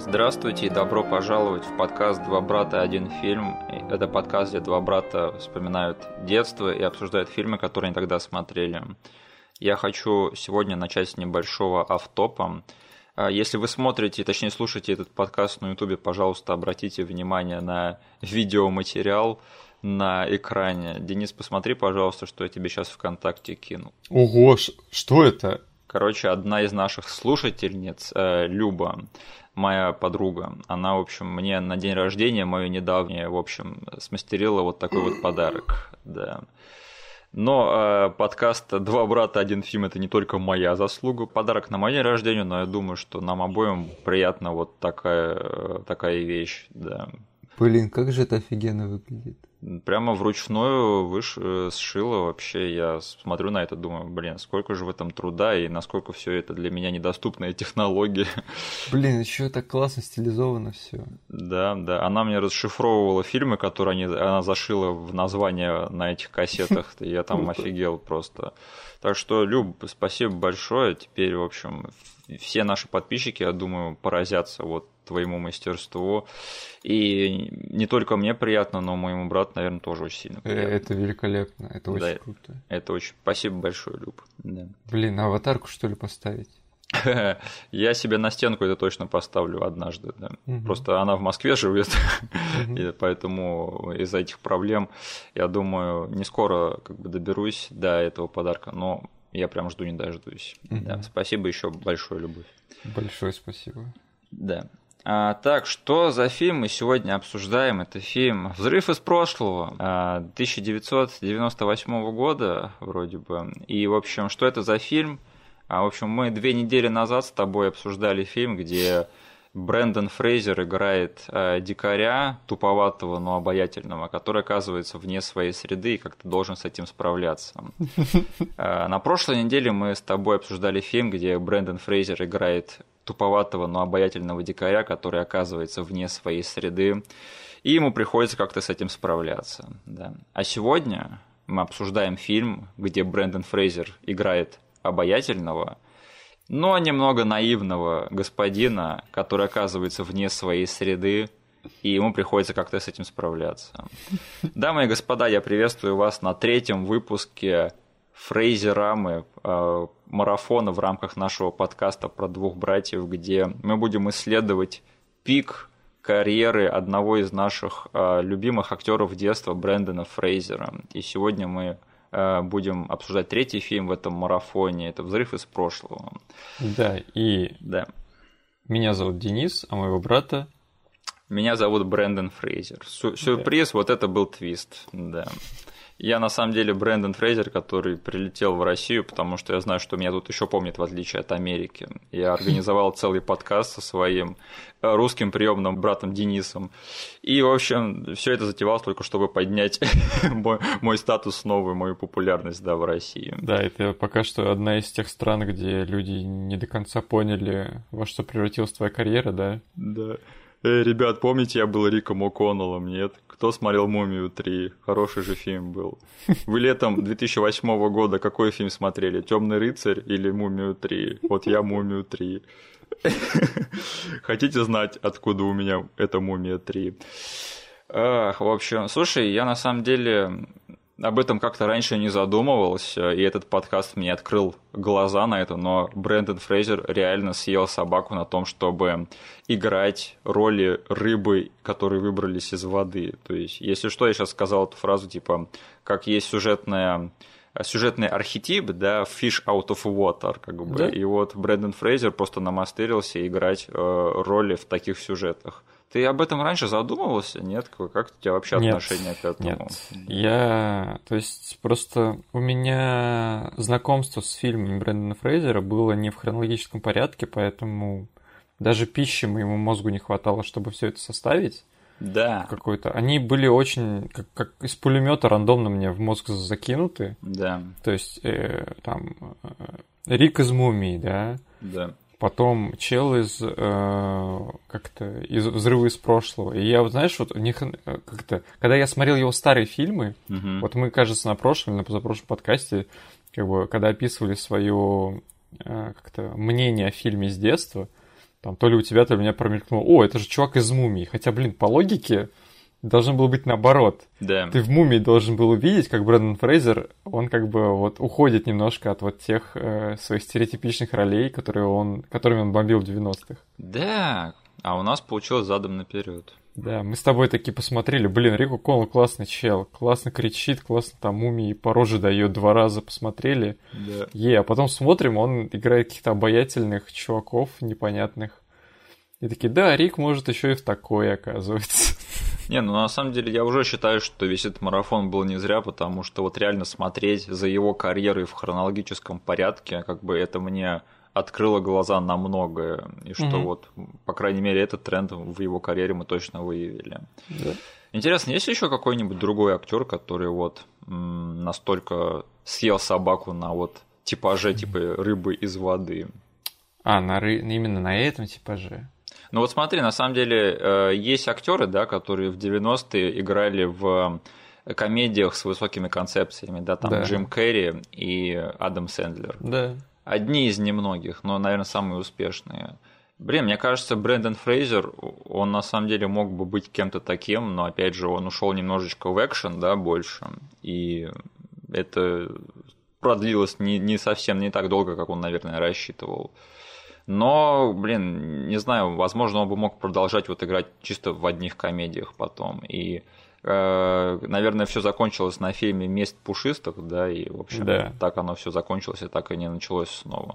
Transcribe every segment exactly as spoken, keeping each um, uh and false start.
Здравствуйте и добро пожаловать в подкаст «Два брата, один фильм». Это подкаст, где два брата вспоминают детство и обсуждают фильмы, которые они тогда смотрели. Я хочу сегодня начать с небольшого автопа. Если вы смотрите, точнее слушаете этот подкаст на ютубе, пожалуйста, обратите внимание на видеоматериал на экране. Денис, посмотри, пожалуйста, что я тебе сейчас ВКонтакте кинул. Ого, что это? Короче, одна из наших слушательниц, Люба, моя подруга, она, в общем, мне на день рождения, мое недавнее, в общем, смастерила вот такой вот подарок, да. Но э, подкаст «Два брата, один фильм» — это не только моя заслуга, подарок на мой день рождения, но я думаю, что нам обоим приятна вот такая, такая вещь, да. Блин, как же это офигенно выглядит. Прямо вручную выш... сшила вообще. Я смотрю на это, думаю, блин, сколько же в этом труда и насколько все это для меня недоступные технологии. Блин, еще так классно стилизовано все. Да, да. Она мне расшифровывала фильмы, которые они... она зашила в название на этих кассетах. Я там офигел просто. Так что, Люб, спасибо большое. Теперь, в общем, все наши подписчики, я думаю, поразятся вот твоему мастерству. И не только мне приятно, но моему брату, наверное, тоже очень сильно приятно. Это великолепно, это очень да, круто. Это очень... Спасибо большое, Люб. Да. Блин, а аватарку, что ли, поставить? Я себе на стенку это точно поставлю однажды. Да. Угу. Просто она в Москве живет, угу. И поэтому из-за этих проблем, я думаю, не скоро как бы доберусь до этого подарка, но я прям жду не дождусь. Угу. Да. Спасибо еще большое, Любовь. Большое спасибо. Да. А, так, что за фильм мы сегодня обсуждаем? Это фильм «Взрыв из прошлого» тысяча девятьсот девяносто восьмого года вроде бы. И, в общем, что это за фильм? А, в общем, мы две недели назад с тобой обсуждали фильм, где Брендан Фрейзер играет а, дикаря, туповатого, но обаятельного, который оказывается вне своей среды и как-то должен с этим справляться. А, на прошлой неделе мы с тобой обсуждали фильм, где Брендан Фрейзер играет туповатого, но обаятельного дикаря, который оказывается вне своей среды, и ему приходится как-то с этим справляться. Да. А сегодня мы обсуждаем фильм, где Брендан Фрейзер играет обаятельного, но немного наивного господина, который оказывается вне своей среды, и ему приходится как-то с этим справляться. Дамы и господа, я приветствую вас на третьем выпуске Фрейзерамы, э, марафона в рамках нашего подкаста про двух братьев, где мы будем исследовать пик карьеры одного из наших э, любимых актеров детства, Брендана Фрейзера. И сегодня мы э, будем обсуждать третий фильм в этом марафоне. Это «Взрыв из прошлого». Да, и да. Меня зовут Денис, а моего брата... Меня зовут Брендан Фрейзер. Сю- сюрприз, да. Вот это был твист, да. Я, на самом деле, Брендан Фрейзер, который прилетел в Россию, потому что я знаю, что меня тут еще помнят, в отличие от Америки. Я организовал целый подкаст со своим русским приемным братом Денисом. И, в общем, все это затевалось только, чтобы поднять мой, мой статус новый, мою популярность, да, в России. Да, это пока что одна из тех стран, где люди не до конца поняли, во что превратилась твоя карьера, да? Да. Эй, ребят, помните, я был Риком О'Коннеллом, нет? Кто смотрел «Мумию три»? Хороший же фильм был. Вы летом две тысячи восьмого года какой фильм смотрели? «Темный рыцарь» или «Мумию три»? Вот я «Мумию три». Хотите знать, откуда у меня эта «Мумия три»? Ах, в общем, слушай, я на самом деле... Об этом как-то раньше не задумывался, и этот подкаст мне открыл глаза на это, но Брендан Фрейзер реально съел собаку на том, чтобы играть роли рыбы, которые выбрались из воды. То есть, если что, я сейчас сказал эту фразу, типа, как есть сюжетная... сюжетный архетип, да, fish out of water, как бы. Да? И вот Брендан Фрейзер просто намастерился играть э, роли в таких сюжетах. Ты об этом раньше задумывался? Нет? Как у тебя вообще нет, отношение к этому? Нет. Я... То есть, просто у меня знакомство с фильмом Брендана Фрейзера было не в хронологическом порядке, поэтому даже пищи моему мозгу не хватало, чтобы все это составить. Да. Какой-то. Они были очень, как, как из пулемета рандомно мне в мозг закинуты. Да. То есть, э, там, э, Рик из «Мумии», да? Да. Потом чел из э, как-то из «Взрыва из прошлого». И я, вот знаешь, вот у них как-то... Когда я смотрел его старые фильмы, угу. вот мы, кажется, на прошлом, на позапрошлом подкасте, как бы, когда описывали свое э, как-то мнение о фильме с детства, там то ли у тебя, то ли у меня промелькнуло, о, это же чувак из «Мумии». Хотя, блин, по логике должно было быть наоборот. Да. Ты в «Мумии» должен был увидеть, как Брендан Фрейзер, он как бы вот уходит немножко от вот тех э, своих стереотипичных ролей, которые он, которыми он бомбил в девяностых. Да, а у нас получилось задом наперед. Да, мы с тобой такие посмотрели, блин, Рик О'Коннелл классный чел, классно кричит, классно там «Мумии» по роже дает, два раза посмотрели. Да. Е, а потом смотрим, он играет каких-то обаятельных чуваков непонятных. И такие, да, Рик может еще и в такое, оказывается. Не, ну на самом деле я уже считаю, что весь этот марафон был не зря, потому что вот реально смотреть за его карьерой в хронологическом порядке, как бы это мне открыло глаза на многое, и что mm-hmm. вот, по крайней мере, этот тренд в его карьере мы точно выявили. Yeah. Интересно, есть еще какой-нибудь другой актер, который вот м- настолько съел собаку на вот типаже типа рыбы из воды? А, на ры... именно на этом типаже? Ну вот смотри, на самом деле есть актеры, да, которые в девяностые играли в комедиях с высокими концепциями, да, там да. Джим Керри и Адам Сэндлер. Да. Одни из немногих, но, наверное, самые успешные. Блин, мне кажется, Брендан Фрейзер, он на самом деле мог бы быть кем-то таким, но, опять же, он ушел немножечко в экшен, да, больше, и это продлилось не, не совсем не так долго, как он, наверное, рассчитывал. Но, блин, не знаю, возможно, он бы мог продолжать вот играть чисто в одних комедиях потом. И, э, наверное, все закончилось на фильме «Месть пушистых», да, и, в общем, да. так оно все закончилось, и так и не началось снова.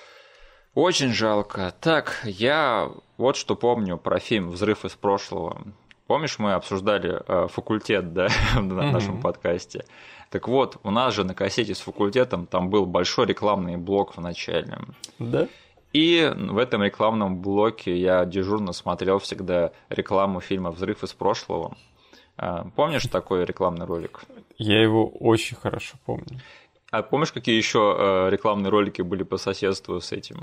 Очень жалко. Так, я вот что помню про фильм «Взрыв из прошлого». Помнишь, мы обсуждали э, «Факультет», да, на mm-hmm. нашем подкасте? Так вот, у нас же на кассете с «Факультетом» там был большой рекламный блок в начале. Да? И в этом рекламном блоке я дежурно смотрел всегда рекламу фильма «Взрыв из прошлого». Помнишь такой рекламный ролик? Я его очень хорошо помню. А помнишь, какие еще рекламные ролики были по соседству с этим?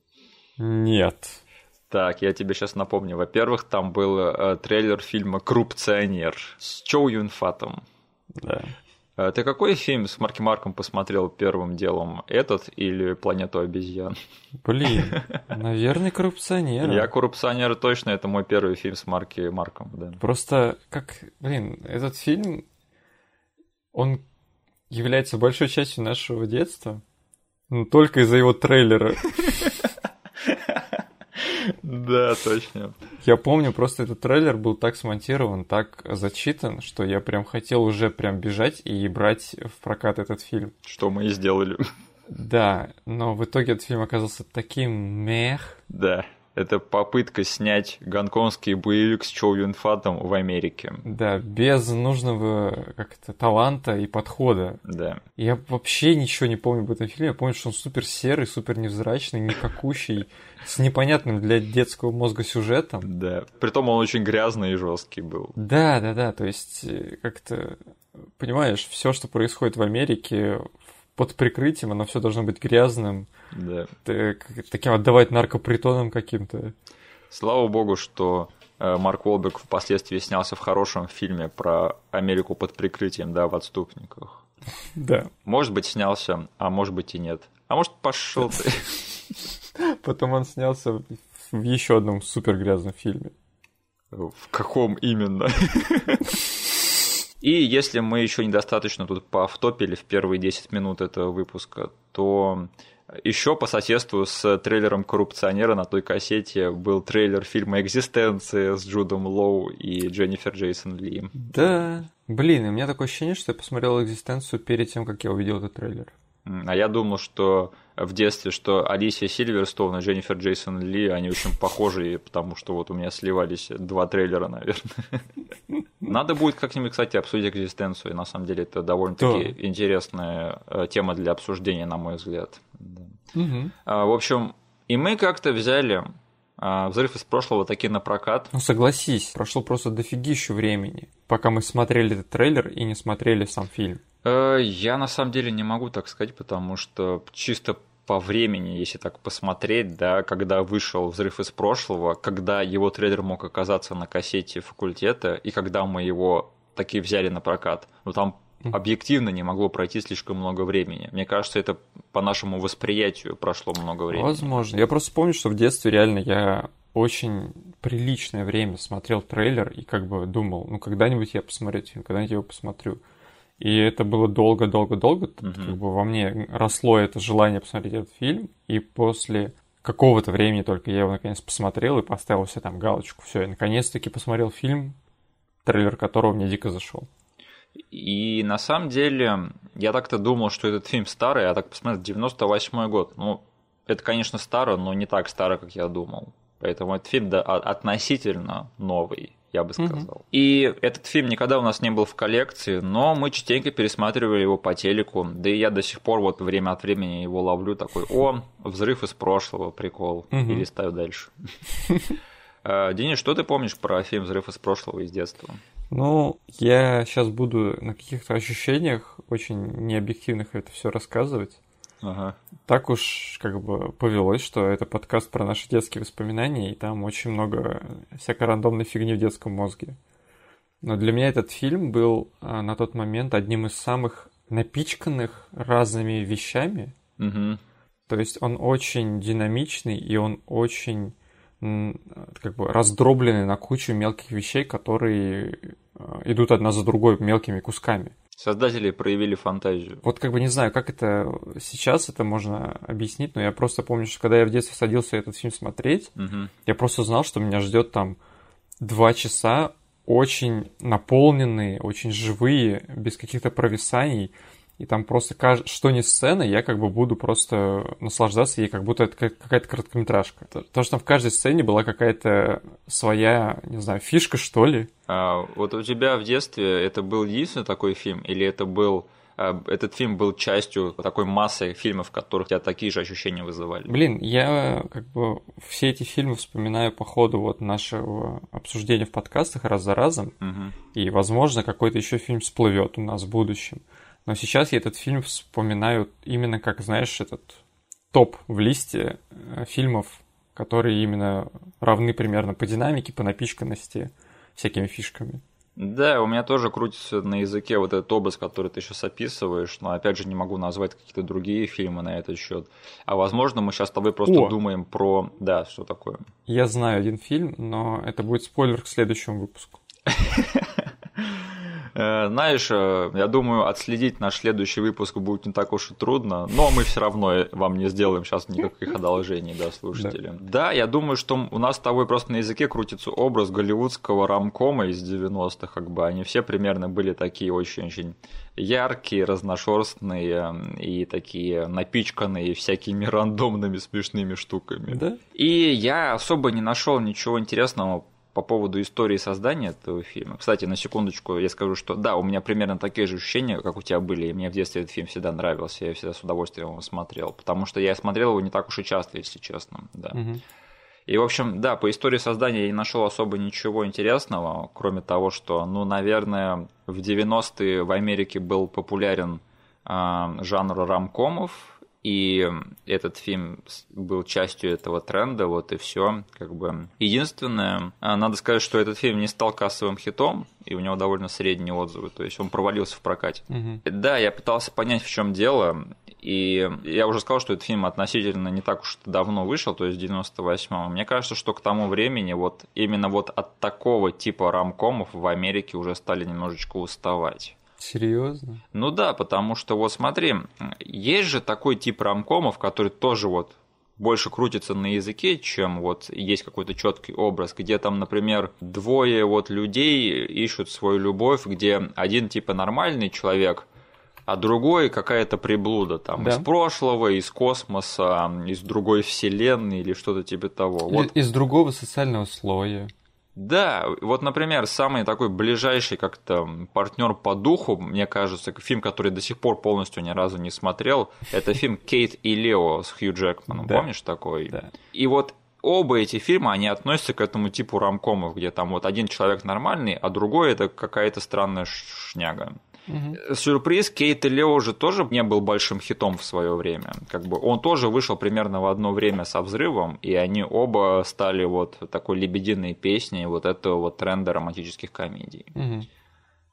Нет. Так, я тебе сейчас напомню. Во-первых, там был трейлер фильма «Коррупционер» с Чоу Юн Фатом. Да. Ты какой фильм с Марки Марком посмотрел первым делом? Этот или «Планету обезьян»? Блин, наверное, «Коррупционер». Я «Коррупционер» точно, это мой первый фильм с Марки Марком. Да. Просто, как, блин, этот фильм, он является большой частью нашего детства, но только из-за его трейлера. Да, точно. Я помню, просто этот трейлер был так смонтирован, так зачитан, что я прям хотел уже прям бежать и брать в прокат этот фильм. Что мы и сделали. Да, но в итоге этот фильм оказался таким мех. Да, это попытка снять гонконгский боевик с Чоу Юн Фатом в Америке. Да, без нужного как-то таланта и подхода. Да. Я вообще ничего не помню об этом фильме. Я помню, что он супер серый, супер невзрачный, никакущий, с непонятным для детского мозга сюжетом. Да, притом он очень грязный и жесткий был. Да, да, да, то есть как-то, понимаешь, все, что происходит в Америке, под прикрытием, оно все должно быть грязным, да. таким отдавать наркопритонам каким-то. Слава богу, что Марк Уолберг впоследствии снялся в хорошем фильме про Америку под прикрытием, да, в «Отступниках». Да. Может быть, снялся, а может быть и нет. А может, пошел ты. Потом он снялся в еще одном супер грязном фильме. В каком именно? И если мы еще недостаточно тут поавтопили в первые десять минут этого выпуска, то еще по соседству с трейлером «Коррупционера» на той кассете был трейлер фильма «Экзистенция» с Джудом Лоу и Дженнифер Джейсон Ли. Да, блин, у меня такое ощущение, что я посмотрел «Экзистенцию» перед тем, как я увидел этот трейлер. А я думал, что в детстве, что Алисия Сильверстоун и Дженнифер Джейсон Ли, они очень похожи, потому что вот у меня сливались два трейлера, наверное. Надо будет как-нибудь, кстати, обсудить «Экзистенцию». И на самом деле это довольно-таки да. интересная тема для обсуждения, на мой взгляд. Да. Угу. В общем, и мы как-то взяли «Взрыв из прошлого» таки на прокат. Ну согласись, прошло просто дофигищу времени, пока мы смотрели этот трейлер и не смотрели сам фильм. Я на самом деле не могу так сказать, потому что чисто по времени, если так посмотреть, да, когда вышел «Взрыв из прошлого», когда его трейлер мог оказаться на кассете «Факультета», и когда мы его таки взяли на прокат, ну там объективно не могло пройти слишком много времени. Мне кажется, это по нашему восприятию прошло много времени. Возможно. Я просто помню, что в детстве реально я очень приличное время смотрел трейлер и как бы думал, ну, когда-нибудь я посмотрю этот фильм, когда-нибудь я его посмотрю. И это было долго-долго-долго, uh-huh. как бы во мне росло это желание посмотреть этот фильм, и после какого-то времени только я его наконец посмотрел и поставил себе там галочку. Все, я наконец-таки посмотрел фильм, трейлер которого мне дико зашел. И на самом деле я так-то думал, что этот фильм старый, а так посмотрел, девяносто восьмой год. Ну, это, конечно, старо, но не так старо, как я думал. Поэтому этот фильм да, относительно новый, я бы сказал. Mm-hmm. И этот фильм никогда у нас не был в коллекции, но мы частенько пересматривали его по телеку. Да и я до сих пор вот время от времени его ловлю такой: о, взрыв из прошлого, прикол. Mm-hmm. И листаю дальше. Денис, что ты помнишь про фильм «Взрыв из прошлого» из детства? Ну, я сейчас буду на каких-то ощущениях очень необъективных это все рассказывать. Ага. Так уж как бы повелось, что это подкаст про наши детские воспоминания, и там очень много всякой рандомной фигни в детском мозге. Но для меня этот фильм был на тот момент одним из самых напичканных разными вещами. Угу. То есть он очень динамичный, и он очень как бы раздробленный на кучу мелких вещей, которые идут одна за другой мелкими кусками. Создатели проявили фантазию. Вот как бы не знаю, как это сейчас это можно объяснить, но я просто помню, что когда я в детстве садился этот фильм смотреть, угу. я просто знал, что меня ждет там два часа очень наполненные, очень живые, без каких-то провисаний. И там просто кажд... что ни сцена, я как бы буду просто наслаждаться ей, как будто это какая-то короткометражка. Потому что там в каждой сцене была какая-то своя, не знаю, фишка, что ли. А вот у тебя в детстве это был единственный такой фильм? Или это был... этот фильм был частью такой массы фильмов, в которых у тебя такие же ощущения вызывали? Блин, я как бы все эти фильмы вспоминаю по ходу вот нашего обсуждения в подкастах раз за разом. Угу. И, возможно, какой-то еще фильм всплывет у нас в будущем. Но сейчас я этот фильм вспоминаю именно как, знаешь, этот топ в листе фильмов, которые именно равны примерно по динамике, по напичканности всякими фишками. Да, у меня тоже крутится на языке вот этот образ, который ты сейчас описываешь, но опять же не могу назвать какие-то другие фильмы на этот счет. А возможно, мы сейчас с тобой просто О! думаем про... Да, что такое? Я знаю один фильм, но это будет спойлер к следующему выпуску. Знаешь, я думаю, отследить наш следующий выпуск будет не так уж и трудно, но мы все равно вам не сделаем сейчас никаких одолжений, да, слушатели. Да. да, я думаю, что у нас с тобой просто на языке крутится образ голливудского ромкома из девяностых, как бы они все примерно были такие очень-очень яркие, разношерстные и такие напичканные всякими рандомными смешными штуками. Да? И я особо не нашел ничего интересного по поводу истории создания этого фильма. Кстати, на секундочку я скажу, что да, у меня примерно такие же ощущения, как у тебя были, и мне в детстве этот фильм всегда нравился, я всегда с удовольствием его смотрел, потому что я смотрел его не так уж и часто, если честно, да. Угу. И, в общем, да, по истории создания я не нашел особо ничего интересного, кроме того, что, ну, наверное, в девяностые в Америке был популярен э, жанр ромкомов, и этот фильм был частью этого тренда, вот и все, как бы. Единственное, надо сказать, что этот фильм не стал кассовым хитом, и у него довольно средние отзывы, то есть он провалился в прокате. Угу. Да, я пытался понять, в чем дело, и я уже сказал, что этот фильм относительно не так уж давно вышел, то есть в девяносто восьмом. Мне кажется, что к тому времени вот именно вот от такого типа ромкомов в Америке уже стали немножечко уставать. Серьезно? Ну да, потому что вот смотри, есть же такой тип ромкомов, который тоже вот больше крутится на языке, чем вот есть какой-то четкий образ, где там, например, двое вот людей ищут свою любовь, где один типа нормальный человек, а другой какая-то приблуда там, да, из прошлого, из космоса, из другой вселенной или что-то типа того. Вот. Из другого социального слоя. Да, вот, например, самый такой ближайший как-то партнер по духу, мне кажется, фильм, который до сих пор полностью ни разу не смотрел, это фильм «Кейт и Лео» с Хью Джекманом, да. Помнишь такой? Да. И вот оба эти фильма, они относятся к этому типу ромкомов, где там вот один человек нормальный, а другой это какая-то странная шняга. Угу. Сюрприз, Кейт и Лео же тоже не был большим хитом в свое время. Как бы он тоже вышел примерно в одно время со «Взрывом», и они оба стали вот такой лебединой песней вот этого вот тренда романтических комедий. Угу.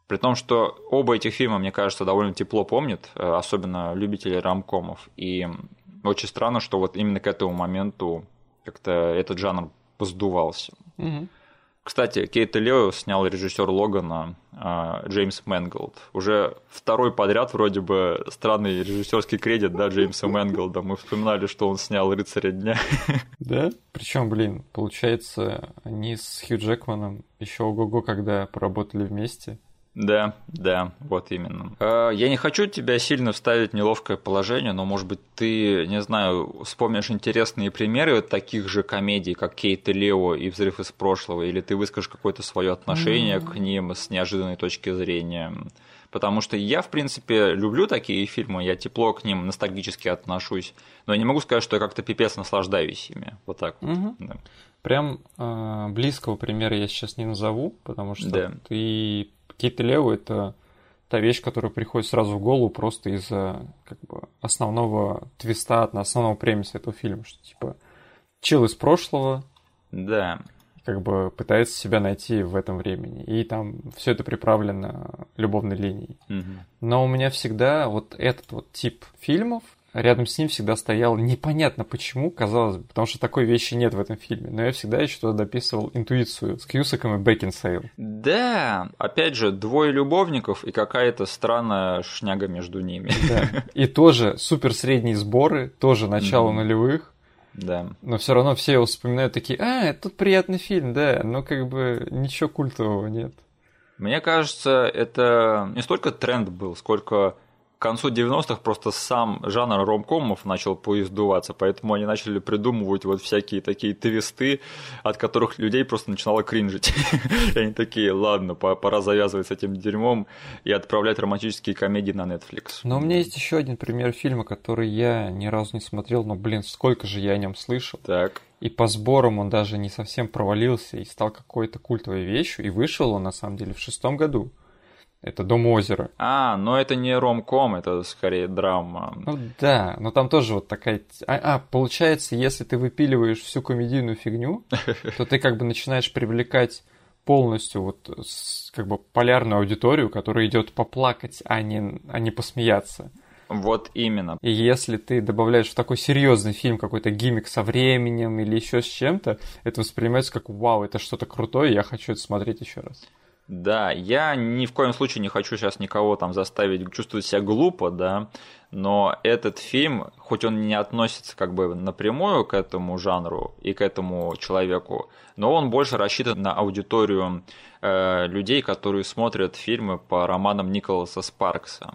При том, что оба этих фильма, мне кажется, довольно тепло помнят, особенно любители ромкомов. И очень странно, что вот именно к этому моменту как-то этот жанр поздувался. Угу. Кстати, Кейт и Лео снял режиссер Логана Джеймс Мэнголд. Уже второй подряд вроде бы странный режиссерский кредит, да, Джеймса Мэнголда. Мы вспоминали, что он снял «Рыцаря дня». Да? Причем, блин, получается, они с Хью Джекманом еще ого-го, когда поработали вместе. Да, да, вот именно. Я не хочу тебя сильно вставить в неловкое положение, но, может быть, ты, не знаю, вспомнишь интересные примеры таких же комедий, как «Кейт и Лео» и «Взрыв из прошлого», или ты выскажешь какое-то свое отношение mm-hmm. к ним с неожиданной точки зрения. Потому что я, в принципе, люблю такие фильмы, я тепло к ним ностальгически отношусь, но я не могу сказать, что я как-то пипец наслаждаюсь ими. Вот так вот. Mm-hmm. Да. Прям э, близкого примера я сейчас не назову, потому что да. ты... Кейт и Лео — это та вещь, которая приходит сразу в голову просто из-за как бы основного твиста, основного премиса этого фильма, что типа чел из прошлого, да, как бы пытается себя найти в этом времени, и там все это приправлено любовной линией. Угу. Но у меня всегда вот этот вот тип фильмов, рядом с ним всегда стоял непонятно почему, казалось бы, потому что такой вещи нет в этом фильме, но я всегда еще туда дописывал интуицию с Кьюсаком и Бекинсейл. Да, опять же, двое любовников и какая-то странная шняга между ними. Да. И тоже супер средние сборы, тоже начало mm-hmm. нулевых. Да. Но все равно все его вспоминают такие: а, это тут приятный фильм, да, но как бы ничего культового нет. Мне кажется, это не столько тренд был, сколько к концу девяностых просто сам жанр ромкомов начал поиздуваться, поэтому они начали придумывать вот всякие такие твисты, от которых людей просто начинало кринжить. И они такие: ладно, пора завязывать с этим дерьмом и отправлять романтические комедии на Netflix. Но у меня есть еще один пример фильма, который я ни разу не смотрел, но, блин, сколько же я о нем слышал. Так. И по сборам он даже не совсем провалился и стал какой-то культовой вещью, и вышел он, на самом деле, в шестом году. Это «Дом у озера». А, но это не ромком, это скорее драма. Ну да, но там тоже вот такая... А, а, получается, если ты выпиливаешь всю комедийную фигню, то ты как бы начинаешь привлекать полностью вот как бы полярную аудиторию, которая идет поплакать, а не, а не посмеяться. Вот именно. И если ты добавляешь в такой серьезный фильм какой-то гиммик со временем или еще с чем-то, это воспринимается как: вау, это что-то крутое, я хочу это смотреть еще раз. Да, я ни в коем случае не хочу сейчас никого там заставить чувствовать себя глупо, да, но этот фильм, хоть он не относится как бы напрямую к этому жанру и к этому человеку, но он больше рассчитан на аудиторию э, людей, которые смотрят фильмы по романам Николаса Спаркса.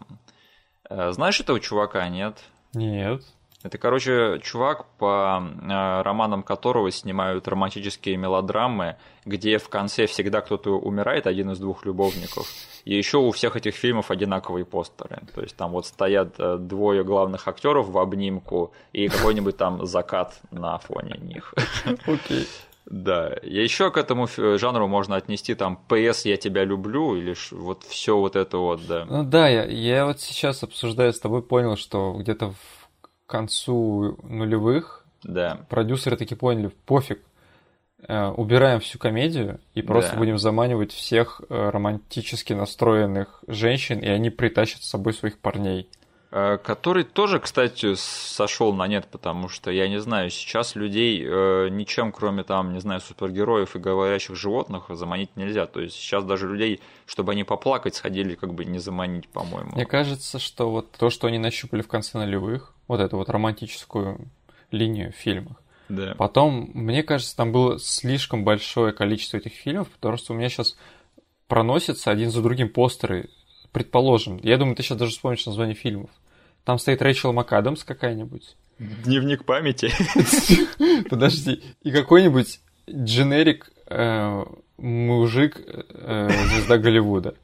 Э, знаешь этого чувака, нет? Нет. Это, короче, чувак, по э, романам которого снимают романтические мелодрамы, где в конце всегда кто-то умирает, один из двух любовников, и еще у всех этих фильмов одинаковые постеры. То есть там вот стоят э, двое главных актеров в обнимку и какой-нибудь там закат на фоне них. Окей. Да, и еще к этому жанру можно отнести там «Пэ Эс, я тебя люблю» или вот все вот это вот, да. Ну да, я, я вот сейчас, обсуждая с тобой, понял, что где-то в к концу нулевых да. продюсеры таки поняли: пофиг, э, убираем всю комедию и просто да. будем заманивать всех э, романтически настроенных женщин, и они притащат с собой своих парней. Который тоже, кстати, сошел на нет, потому что, я не знаю, сейчас людей э, ничем, кроме там, не знаю, супергероев и говорящих животных, заманить нельзя. То есть сейчас даже людей, чтобы они поплакать сходили, как бы не заманить, по-моему. Мне кажется, что вот то, что они нащупали в конце нулевых, вот эту вот романтическую линию в фильмах. Да. Потом, мне кажется, там было слишком большое количество этих фильмов, потому что у меня сейчас проносятся один за другим постеры. Предположим, я думаю, ты сейчас даже вспомнишь название фильмов. Там стоит Рэйчел МакАдамс какая-нибудь. Дневник памяти. Подожди. И какой-нибудь дженерик э, мужик, э, звезда Голливуда.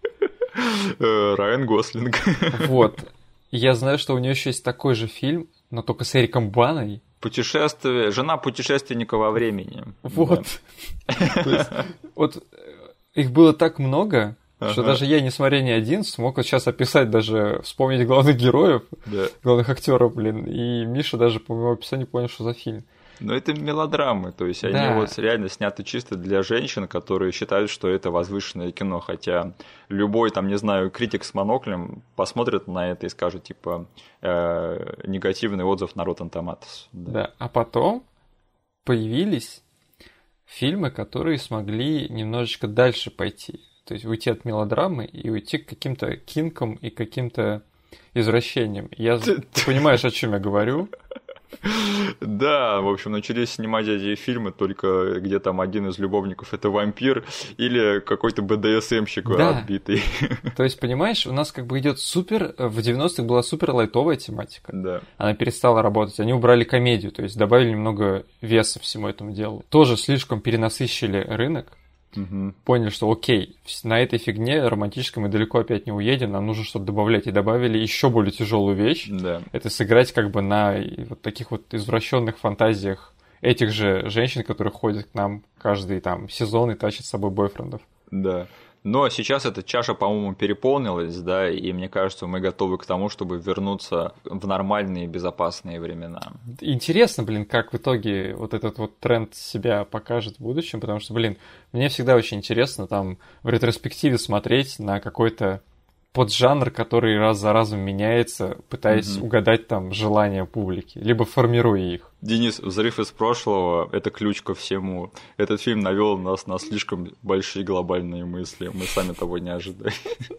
Райан Гослинг. Вот. Я знаю, что у нее еще есть такой же фильм, но только с Эриком Баной. Путешествие. Жена путешественника во времени. Вот. То есть, вот их было так много, что ага. даже я, несмотря ни один, смог вот сейчас описать, даже вспомнить главных героев, да. главных актеров, блин. И Миша даже по моему описанию понял, что за фильм. Но это мелодрамы, то есть Да. они вот реально сняты чисто для женщин, которые считают, что это возвышенное кино, хотя любой, там, не знаю, критик с моноклем посмотрит на это и скажет, типа, э, негативный отзыв на Rotten Tomatoes. Да. Да, а потом появились фильмы, которые смогли немножечко дальше пойти, то есть уйти от мелодрамы и уйти к каким-то кинкам и каким-то извращениям. Я... Ты понимаешь, о чем я говорю? Да, в общем, начались снимать эти фильмы только где там один из любовников это вампир или какой-то бэ дэ эс эм-щик да. отбитый. То есть, понимаешь, у нас как бы идет супер... В девяностых была супер лайтовая тематика. Да. Она перестала работать. Они убрали комедию, то есть добавили немного веса всему этому делу. Тоже слишком перенасыщили рынок. Угу. Поняли, что окей, на этой фигне романтической мы далеко опять не уедем, нам нужно что-то добавлять. И добавили еще более тяжелую вещь. Да. Это сыграть как бы на вот таких вот извращенных фантазиях этих же женщин, которые ходят к нам каждый там сезон и тащат с собой бойфрендов. Да. Но сейчас эта чаша, по-моему, переполнилась, да, и мне кажется, мы готовы к тому, чтобы вернуться в нормальные безопасные времена. Интересно, блин, как в итоге вот этот вот тренд себя покажет в будущем, потому что, блин, мне всегда очень интересно там в ретроспективе смотреть на какой-то поджанр, который раз за разом меняется, пытаясь mm-hmm. угадать там желания публики, либо формируя их. Денис, «Взрыв из прошлого» — это ключ ко всему. Этот фильм навел нас на слишком большие глобальные мысли. Мы сами того не ожидали.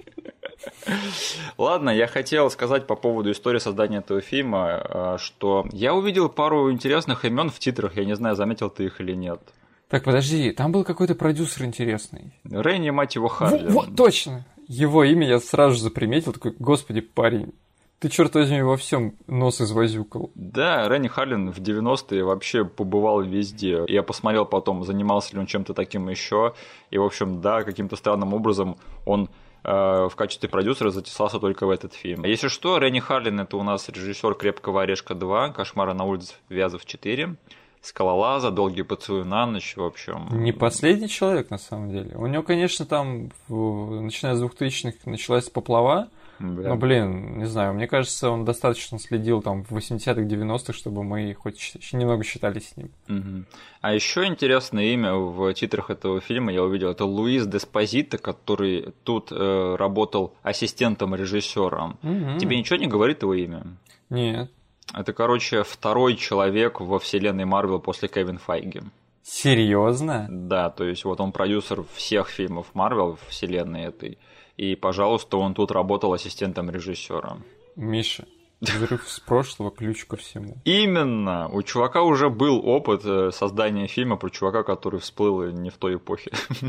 Ладно, я хотел сказать по поводу истории создания этого фильма, что я увидел пару интересных имен в титрах. Я не знаю, заметил ты их или нет. Так, подожди, там был какой-то продюсер интересный. Ренни, мать его, Харлин. Вот, вот, точно! Его имя я сразу же заприметил, такой, господи, парень, ты, черт возьми, во всем нос извозюкал. Да, Ренни Харлин в девяностые вообще побывал везде. Я посмотрел потом, занимался ли он чем-то таким еще. И, в общем, да, каким-то странным образом он э, в качестве продюсера затесался только в этот фильм. Если что, Ренни Харлин — это у нас режиссер «Крепкого орешка два», «Кошмара на улице Вязов четыре», «Скалолаза», «Долгий поцелуй на ночь», в общем. Не последний человек, на самом деле. У него, конечно, там, начиная с двухтысячных, началась поплава. Да. Но, блин, не знаю, мне кажется, он достаточно следил там в восьмидесятых, девяностых, чтобы мы хоть немного считали с ним. Угу. А еще интересное имя в титрах этого фильма я увидел. Это Луис Деспозито, который тут э, работал ассистентом режиссера. Угу. Тебе ничего не говорит его имя? Нет. Это, короче, второй человек во вселенной Марвел после Кевин Файги. Серьезно? Да, то есть вот он продюсер всех фильмов Марвел вселенной этой. И, пожалуйста, он тут работал ассистентом режиссера. Миша, «Взрыв из прошлого» ключ ко всему. Именно! У чувака уже был опыт создания фильма про чувака, который всплыл не в той эпохе.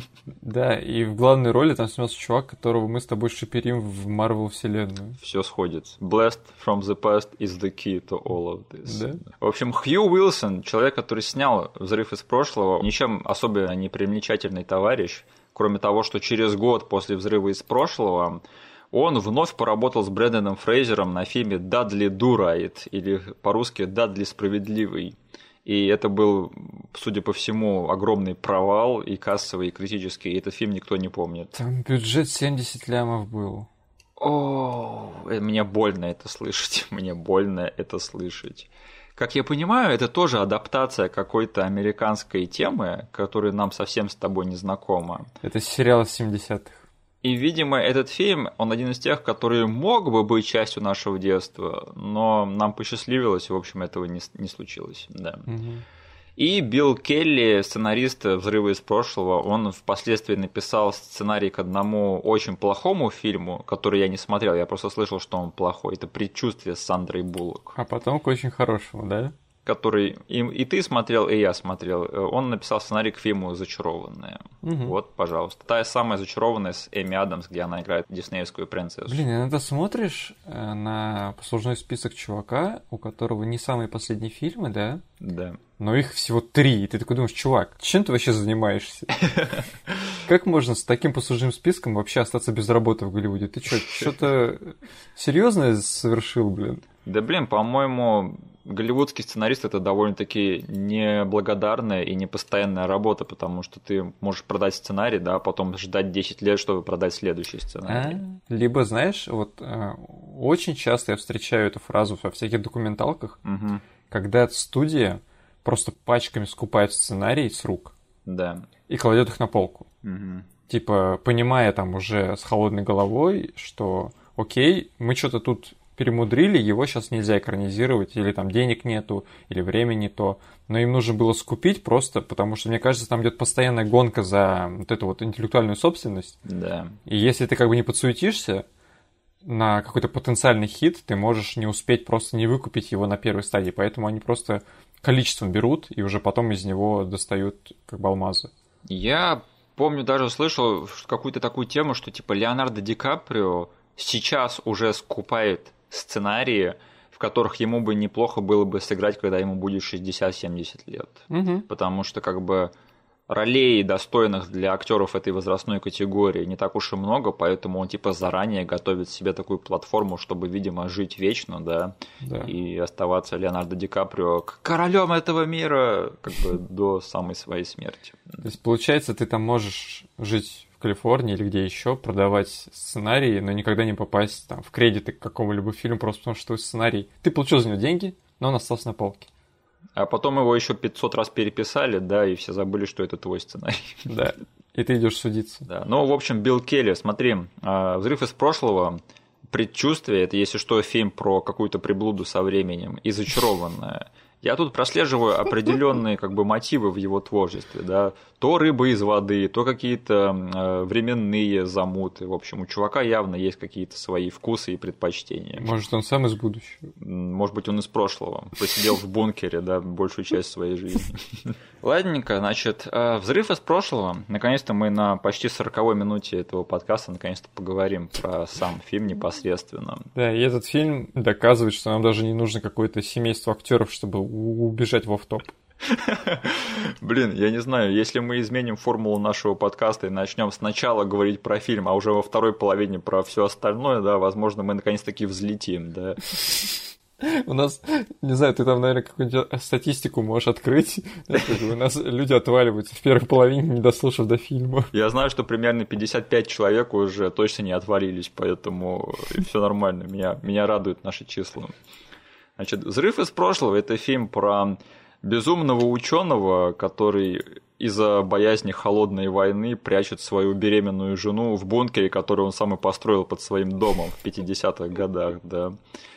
Да, и в главной роли там снялся чувак, которого мы с тобой шиперим в Марвел вселенную. Все сходится. Blast from the past is the key to all of this. Да? В общем, Хью Уилсон, человек, который снял «Взрыв из прошлого», ничем особо не примечательный товарищ, кроме того, что через год после «Взрыва из прошлого» он вновь поработал с Брэндоном Фрейзером на фильме «Дадли Do Right», или по-русски «Дадли Справедливый». И это был, судя по всему, огромный провал и кассовый, и критический, и этот фильм никто не помнит. Там бюджет семьдесят лямов был. О, мне больно это слышать, мне больно это слышать. Как я понимаю, это тоже адаптация какой-то американской темы, которая нам совсем с тобой не знакома. Это сериал семидесятых. И, видимо, этот фильм, он один из тех, который мог бы быть частью нашего детства, но нам посчастливилось, и, в общем, этого не, не случилось. Да. Угу. И Билл Келли, сценарист «Взрыва из прошлого», он впоследствии написал сценарий к одному очень плохому фильму, который я не смотрел, я просто слышал, что он плохой. Это «Предчувствие» с Сандрой Буллок. А потом к очень хорошему, да? Который и, и ты смотрел, и я смотрел. Он написал сценарий к фильму «Зачарованная». Угу. Вот, пожалуйста. Та самая «Зачарованная» с Эми Адамс, где она играет диснеевскую принцессу. Блин, иногда смотришь на послужной список чувака, у которого не самые последние фильмы, да? Да. Но их всего три, и ты такой думаешь, чувак, чем ты вообще занимаешься? Как можно с таким послужным списком вообще остаться без работы в Голливуде? Ты что, что-то серьезное совершил, блин? Да, блин, по-моему, голливудский сценарист — это довольно-таки неблагодарная и непостоянная работа, потому что ты можешь продать сценарий, да, а потом ждать десять лет, чтобы продать следующий сценарий. А? Либо, знаешь, вот очень часто я встречаю эту фразу во всяких документалках, угу. когда студия просто пачками скупает сценарий с рук. Да. И кладет их на полку. Угу. Типа, понимая там уже с холодной головой, что окей, мы что-то тут перемудрили, его сейчас нельзя экранизировать, или там денег нету, или времени то. Но им нужно было скупить просто, потому что, мне кажется, там идет постоянная гонка за вот эту вот интеллектуальную собственность. Да. И если ты как бы не подсуетишься на какой-то потенциальный хит, ты можешь не успеть просто не выкупить его на первой стадии. Поэтому они просто количеством берут и уже потом из него достают как бы алмазы. Я помню, даже слышал какую-то такую тему, что типа Леонардо Ди Каприо сейчас уже скупает сценарии, в которых ему бы неплохо было бы сыграть, когда ему будет шестьдесят-семьдесят лет. Угу. Потому что как бы ролей, достойных для актеров этой возрастной категории, не так уж и много, поэтому он типа заранее готовит себе такую платформу, чтобы, видимо, жить вечно, да, Да. и оставаться Леонардо Ди Каприо королем этого мира как бы до самой своей смерти. То есть, получается, ты там можешь жить в Калифорнии или где еще, продавать сценарии, но никогда не попасть там в кредиты к какому-либо фильму, просто потому что твой сценарий... Ты получил за него деньги, но он остался на полке. А потом его еще пятьсот раз переписали, да, и все забыли, что это твой сценарий. Да, и ты идешь судиться. Да. Ну, в общем, Билл Келли, смотри, «Взрыв из прошлого», «Предчувствие» — это, если что, фильм про какую-то приблуду со временем, и «Зачарованная». Я тут прослеживаю определенные как бы мотивы в его творчестве, да, то рыба из воды, то какие-то э, временные замуты. В общем, у чувака явно есть какие-то свои вкусы и предпочтения. Может, он сам из будущего. Может быть, он из прошлого. Посидел в бункере, да, большую часть своей жизни. Ладненько, значит, «Взрыв из прошлого». Наконец-то мы на почти сороковой минуте этого подкаста наконец-то поговорим про сам фильм непосредственно. Да, и этот фильм доказывает, что нам даже не нужно какое-то семейство актеров, чтобы убежать в офф-топ. Блин, я не знаю, если мы изменим формулу нашего подкаста и начнем сначала говорить про фильм, а уже во второй половине про все остальное, да, возможно, мы наконец-таки взлетим, да. У нас, не знаю, ты там, наверное, какую-нибудь статистику можешь открыть. У нас люди отваливаются в первой половине, не дослушав до фильма. Я знаю, что примерно пятьдесят пять человек уже точно не отвалились, поэтому все нормально, меня, меня радуют наши числа. Значит, «Взрыв из прошлого» — это фильм про безумного ученого, который из-за боязни холодной войны прячет свою беременную жену в бункере, который он сам и построил под своим домом в пятидесятых годах, да.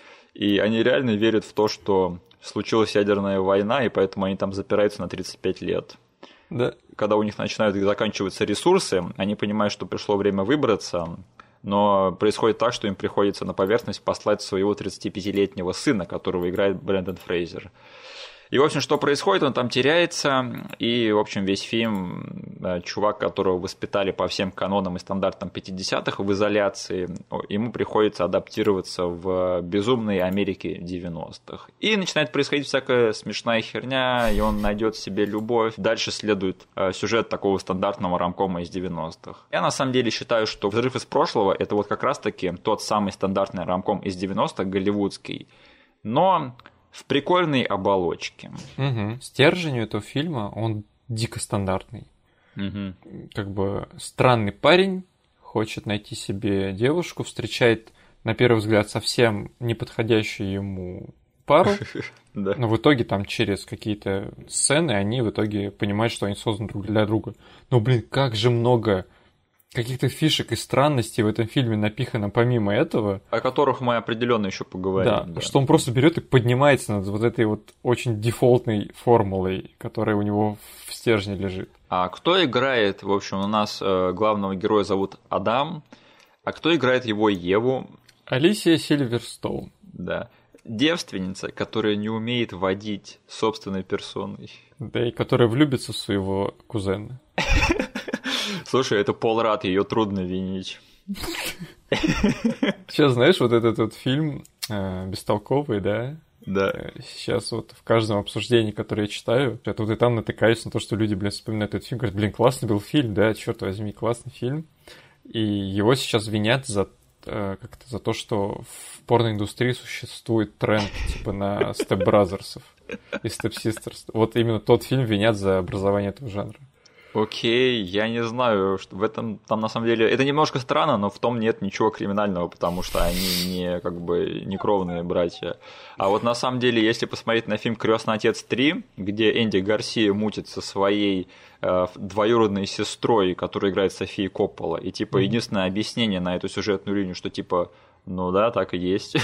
И они реально верят в то, что случилась ядерная война, и поэтому они там запираются на тридцать пять лет. Да. Когда у них начинают заканчиваться ресурсы, они понимают, что пришло время выбраться, но происходит так, что им приходится на поверхность послать своего тридцатипятилетнего сына, которого играет Брендан Фрейзер. И, в общем, что происходит? Он там теряется, и, в общем, весь фильм, чувак, которого воспитали по всем канонам и стандартам пятидесятых в изоляции, ему приходится адаптироваться в безумной Америке девяностых. И начинает происходить всякая смешная херня, и он найдет себе любовь. Дальше следует сюжет такого стандартного ромкома из девяностых. Я, на самом деле, считаю, что «Взрыв из прошлого» — это вот как раз-таки тот самый стандартный ромком из девяностых, голливудский, но в прикольной оболочке. Угу. Стержень у этого фильма, он дико стандартный. Угу. Как бы странный парень, хочет найти себе девушку, встречает, на первый взгляд, совсем неподходящую ему пару, но в итоге там через какие-то сцены они в итоге понимают, что они созданы друг для друга. Но, блин, как же много каких-то фишек и странностей в этом фильме напихано помимо этого. О которых мы определенно еще поговорим. Да, да, что он просто берет и поднимается над вот этой вот очень дефолтной формулой, которая у него в стержне лежит. А кто играет, в общем, у нас э, главного героя зовут Адам, а кто играет его Еву? Алисия Сильверстоун. Да. Девственница, которая не умеет водить собственной персоной. Да, и которая влюбится в своего кузена. Слушай, это Пол Рад, ее трудно винить. Сейчас, знаешь, вот этот вот фильм э, бестолковый, да? Да. Сейчас вот в каждом обсуждении, которое я читаю, я тут и там натыкаюсь на то, что люди, блин, вспоминают этот фильм, говорят, блин, классный был фильм, да, черт возьми, классный фильм. И его сейчас винят за, э, как-то за то, что в порноиндустрии существует тренд типа на степ-бразерсов и степ-систерс. Вот именно тот фильм винят за образование этого жанра. Окей, я не знаю, что в этом там на самом деле это немножко странно, но в том нет ничего криминального, потому что они не как бы не кровные братья. А вот на самом деле, если посмотреть на фильм «Крестный отец три», где Энди Гарсия мутит со своей э, двоюродной сестрой, которая играет София Коппола, и типа единственное объяснение на эту сюжетную линию, что типа, ну да, так и есть.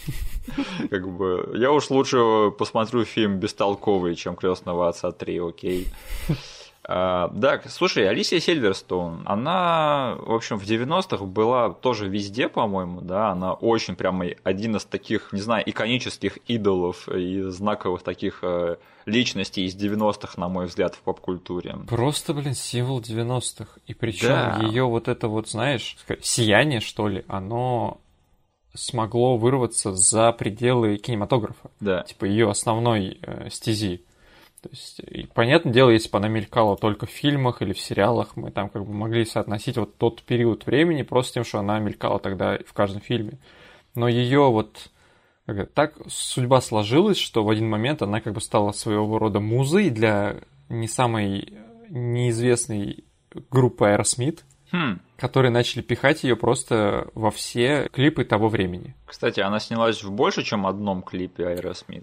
Как бы я уж лучше посмотрю фильм «Бестолковый», чем «Крестного отца три», окей. Uh, да, слушай, Алисия Сильверстоун, она, в общем, в девяностых была тоже везде, по-моему, да, она очень прямо один из таких, не знаю, иконических идолов и знаковых таких uh, личностей из девяностых, на мой взгляд, в поп-культуре. Просто, блин, символ девяностых, и причем да. ее вот это вот, знаешь, сияние, что ли, оно смогло вырваться за пределы кинематографа, да. типа ее основной э, стези. То есть, и, понятное дело, если бы она мелькала только в фильмах или в сериалах, мы там как бы могли соотносить вот тот период времени просто тем, что она мелькала тогда в каждом фильме. Но ее вот как, так судьба сложилась, что в один момент она как бы стала своего рода музой для не самой неизвестной группы Aerosmith, хм. которые начали пихать ее просто во все клипы того времени. Кстати, она снялась в больше, чем одном клипе Aerosmith.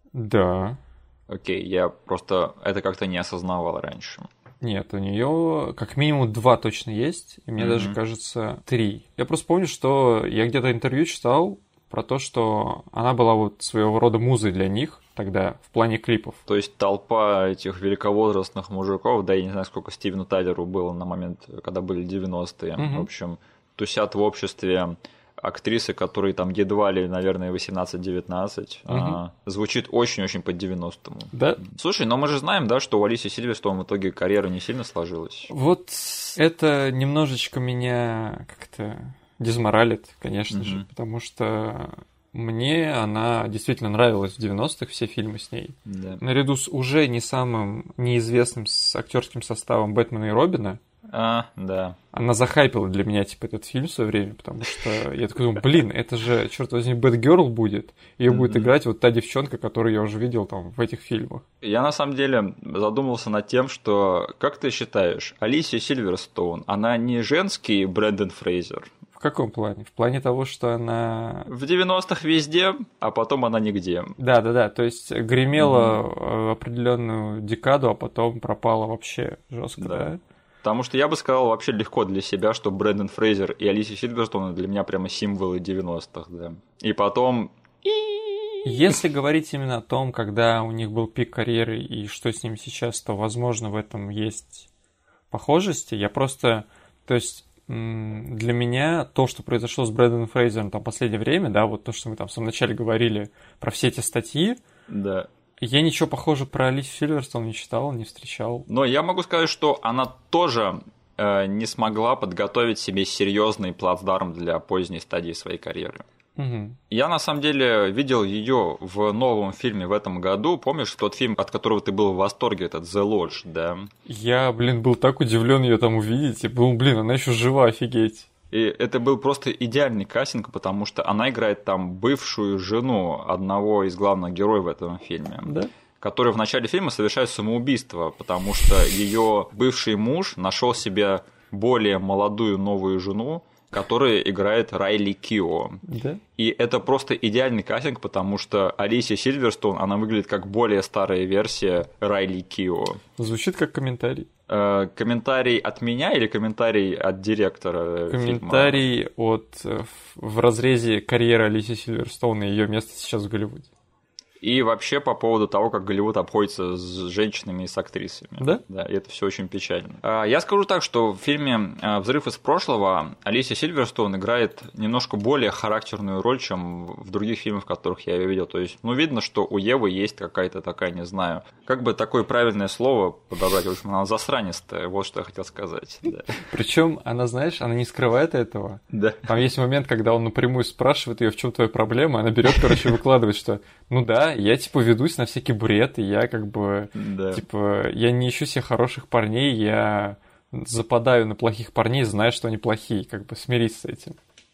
Да. Окей, я просто это как-то не осознавал раньше. Нет, у нее как минимум два точно есть, и мне mm-hmm. даже кажется три. Я просто помню, что я где-то интервью читал про то, что она была вот своего рода музой для них тогда в плане клипов. То есть толпа этих великовозрастных мужиков, да, я не знаю, сколько Стивену Тайлеру было на момент, когда были девяностые, mm-hmm. в общем, тусят в обществе актрисы, которые там едва ли, наверное, восемнадцать-девятнадцать, угу. а, звучит очень-очень по девяностому. Да. Слушай, но мы же знаем, да, что у Алисии Сильверстоун в итоге карьера не сильно сложилась. Вот это немножечко меня как-то дезморалит, конечно угу. же, потому что мне она действительно нравилась в девяностых, все фильмы с ней. Да. Наряду с уже не самым неизвестным с актерским составом Бэтмена и Робина. А, да. Она захайпила для меня, типа, этот фильм в свое время, потому что я такой думаю, блин, это же, черт возьми, Бэтгерл будет. Ее mm-hmm. будет играть вот та девчонка, которую я уже видел там в этих фильмах. Я на самом деле задумался над тем, что, как ты считаешь, Алисия Сильверстоун, она не женский Брэндон Фрейзер? В каком плане? В плане того, что она... В девяностых везде, а потом она нигде. Да-да-да, то есть гремела mm-hmm. определенную декаду, а потом пропала вообще жестко, да? да? Потому что я бы сказал вообще легко для себя, что Брэндон Фрейзер и Алисия Сильверстоун для меня прямо символы девяностых, да. И потом... Если говорить именно о том, когда у них был пик карьеры и что с ним сейчас, то, возможно, в этом есть похожести. Я просто... То есть для меня то, что произошло с Брэндоном Фрейзером там в последнее время, да, вот то, что мы там в самом начале говорили про все эти статьи, да. Я ничего похожего про Алисию Сильверстоун не читал, не встречал. Но я могу сказать, что она тоже э, не смогла подготовить себе серьезный плацдарм для поздней стадии своей карьеры. Угу. Я на самом деле видел ее в новом фильме в этом году. Помнишь тот фильм, от которого ты был в восторге, этот The Lodge, да? Я, блин, был так удивлен ее там увидеть. Я был, блин, она еще жива, офигеть. И это был просто идеальный кастинг, потому что она играет там бывшую жену одного из главных героев в этом фильме, да? который в начале фильма совершает самоубийство, потому что ее бывший муж нашел себе более молодую новую жену, которая играет Райли Кио. Да? И это просто идеальный кастинг, потому что Алисия Сильверстоун, она выглядит как более старая версия Райли Кио. Звучит как комментарий. Э, комментарий от меня или комментарий от директора комментарий фильма? от в разрезе карьеры Алисии Сильверстоун и ее место сейчас в Голливуде. И вообще по поводу того, как Голливуд обходится с женщинами и с актрисами. Да? Да, и это все очень печально. Я скажу так, что в фильме «Взрыв из прошлого» Алисия Сильверстоун играет немножко более характерную роль, чем в других фильмах, в которых я ее видел. То есть, ну, видно, что у Евы есть какая-то такая, не знаю, как бы такое правильное слово подобрать. В общем, она засранистая, вот что я хотел сказать. Да. Причем она, знаешь, она не скрывает этого. Да. Там есть момент, когда он напрямую спрашивает ее, в чем твоя проблема, она берет, короче, выкладывает, что ну да, я, типа, ведусь на всякий бред, и я, как бы, да. типа, я не ищу себе хороших парней, я западаю на плохих парней, зная, что они плохие, как бы, смирись с этим.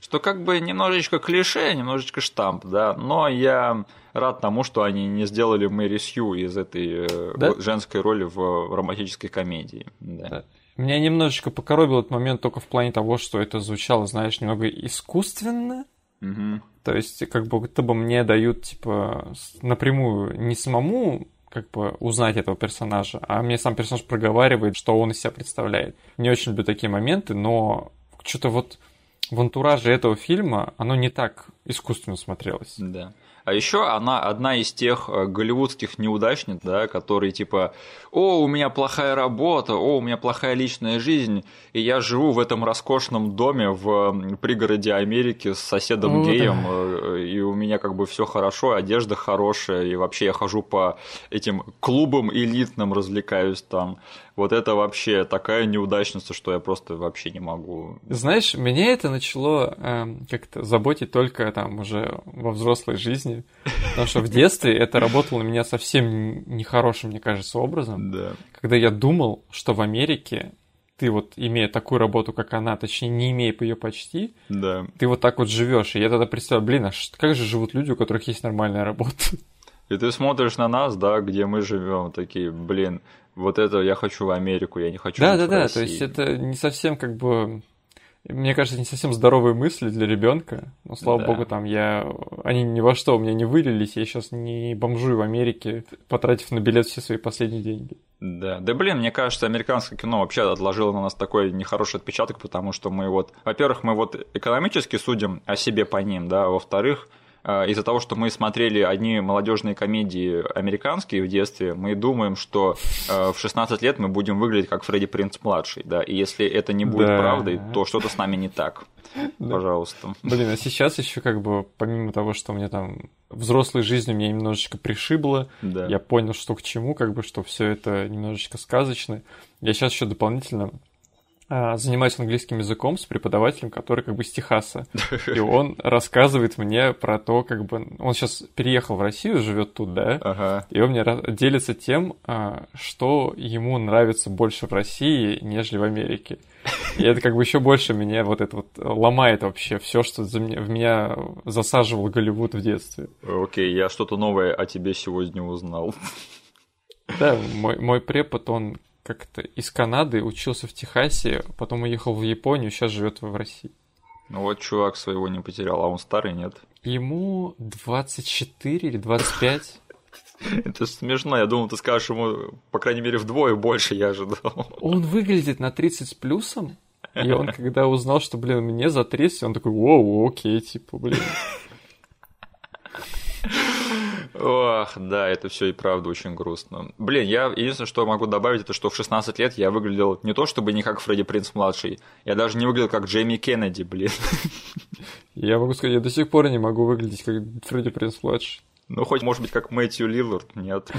что как бы немножечко клише, немножечко штамп, да, но я рад тому, что они не сделали Мэри Сью из этой да? женской роли в романтической комедии. Да. Да. Меня немножечко покоробил этот момент только в плане того, что это звучало, знаешь, немного искусственно. Угу. То есть, как будто бы мне дают, типа, напрямую не самому как бы узнать этого персонажа, а мне сам персонаж проговаривает, что он из себя представляет. Не очень люблю такие моменты, но что-то вот в антураже этого фильма оно не так искусственно смотрелось. Да. А еще она одна из тех голливудских неудачниц, да, которые типа: «О, у меня плохая работа, о, у меня плохая личная жизнь, и я живу в этом роскошном доме в пригороде Америки с соседом геем, да. И у меня как бы все хорошо, одежда хорошая, и вообще я хожу по этим клубам элитным, развлекаюсь там». Вот это вообще такая неудачница, что я просто вообще не могу. Знаешь, меня это начало э, как-то заботить только там уже во взрослой жизни, потому что в детстве это работало на меня совсем нехорошим, мне кажется, образом. Да. Когда я думал, что в Америке ты вот, имея такую работу, как она, точнее, не имея ее почти, да. ты вот так вот живешь. И я тогда представляю, блин, а как же живут люди, у которых есть нормальная работа? И ты смотришь на нас, да, где мы живем, такие, блин, вот это я хочу в Америку, я не хочу да, жить да, в да, России. То есть это не совсем как бы, мне кажется, не совсем здоровые мысли для ребенка. Но слава да. богу, там я, они ни во что у меня не вылились, я сейчас не бомжую в Америке, потратив на билет все свои последние деньги. Да, да блин, мне кажется, американское кино вообще отложило на нас такой нехороший отпечаток, потому что мы вот, во-первых, мы вот экономически судим о себе по ним, да, а во-вторых, из-за того, что мы смотрели одни молодежные комедии американские в детстве, мы думаем, что в шестнадцать лет мы будем выглядеть как Фредди Принц-младший, да, и если это не будет да. правдой, то что-то с нами не так. Да. Пожалуйста. Блин, а сейчас еще как бы, помимо того, что мне там взрослой жизнью меня немножечко пришибло, да. я понял, что к чему, как бы, что все это немножечко сказочно. Я сейчас еще дополнительно занимаюсь английским языком с преподавателем, который как бы из Техаса. И он рассказывает мне про то, как бы... Он сейчас переехал в Россию, живет тут, да? Ага. И он мне делится тем, что ему нравится больше в России, нежели в Америке. И это как бы еще больше меня вот это вот ломает вообще все, что в меня засаживал Голливуд в детстве. Окей, я что-то новое о тебе сегодня узнал. Да, мой, мой препод, он как-то из Канады учился в Техасе, потом уехал в Японию, сейчас живет в России. Ну вот чувак своего не потерял, а он старый, нет? Ему двадцать четыре или двадцать пять. Это смешно, я думал, ты скажешь ему, по крайней мере, вдвое больше, я ожидал. Он выглядит на тридцать с плюсом, и он когда узнал, что, блин, мне за тридцать, он такой: воу, окей, типа, блин. Ох, да, это все и правда очень грустно. Блин, я единственное, что могу добавить, это что в шестнадцать лет я выглядел не то чтобы не как Фредди Принц-младший, я даже не выглядел как Джейми Кеннеди, блин. Я могу сказать, я до сих пор не могу выглядеть как Фредди Принц-младший. Ну, хоть, может быть, как Мэтью Лиллард, нет.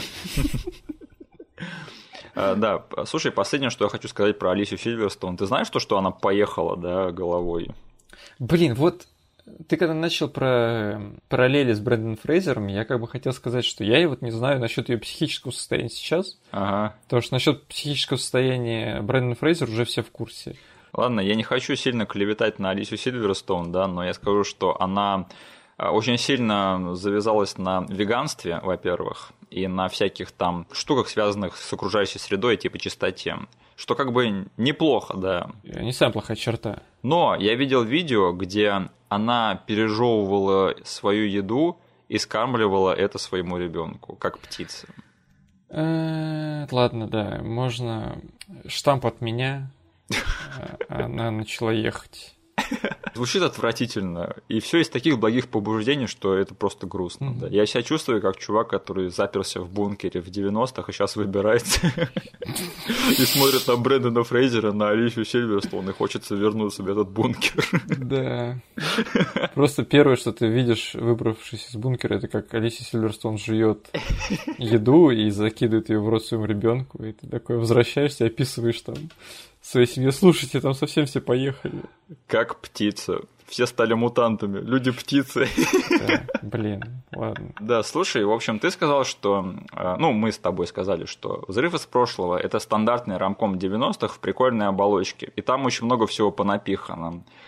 Да, слушай, последнее, что я хочу сказать про Алисию Сильверстоун. Ты знаешь то, что она поехала, да, головой? Блин, вот... Ты когда начал про параллели с Брэндоном Фрейзером, я как бы хотел сказать, что я вот не знаю насчет ее психического состояния сейчас, ага. потому что насчет психического состояния Брэндона Фрейзера уже все в курсе. Ладно, я не хочу сильно клеветать на Алисию Сильверстоун, да, но я скажу, что она очень сильно завязалась на веганстве, во-первых, и на всяких там штуках, связанных с окружающей средой, типа чистоте. Что как бы неплохо, да. Не самая плохая черта. Но я видел видео, где она пережевывала свою еду и скармливала это своему ребенку, как птица. Ладно, да, можно. Штамп от меня. Она начала ехать. Звучит отвратительно. И все из таких благих побуждений, что это просто грустно. Mm-hmm. Да. Я себя чувствую как чувак, который заперся в бункере в девяностых и сейчас выбирается и смотрит на Брэндона Фрейзера, на Алисию Сильверстоун, и хочется вернуться в этот бункер. Да. Просто первое, что ты видишь, выбравшись из бункера, это как Алисия Сильверстоун жует еду и закидывает ее в рот своему ребенку, и ты такой возвращаешься и описываешь там своей семье: слушайте, там совсем все поехали. Как птица. Все стали мутантами. Люди-птицы. Да, блин, ладно. Да, слушай, в общем, ты сказал, что... Ну, мы с тобой сказали, что «Взрыв из прошлого» — это стандартный ромком девяностых в прикольной оболочке. И там очень много всего понапихано.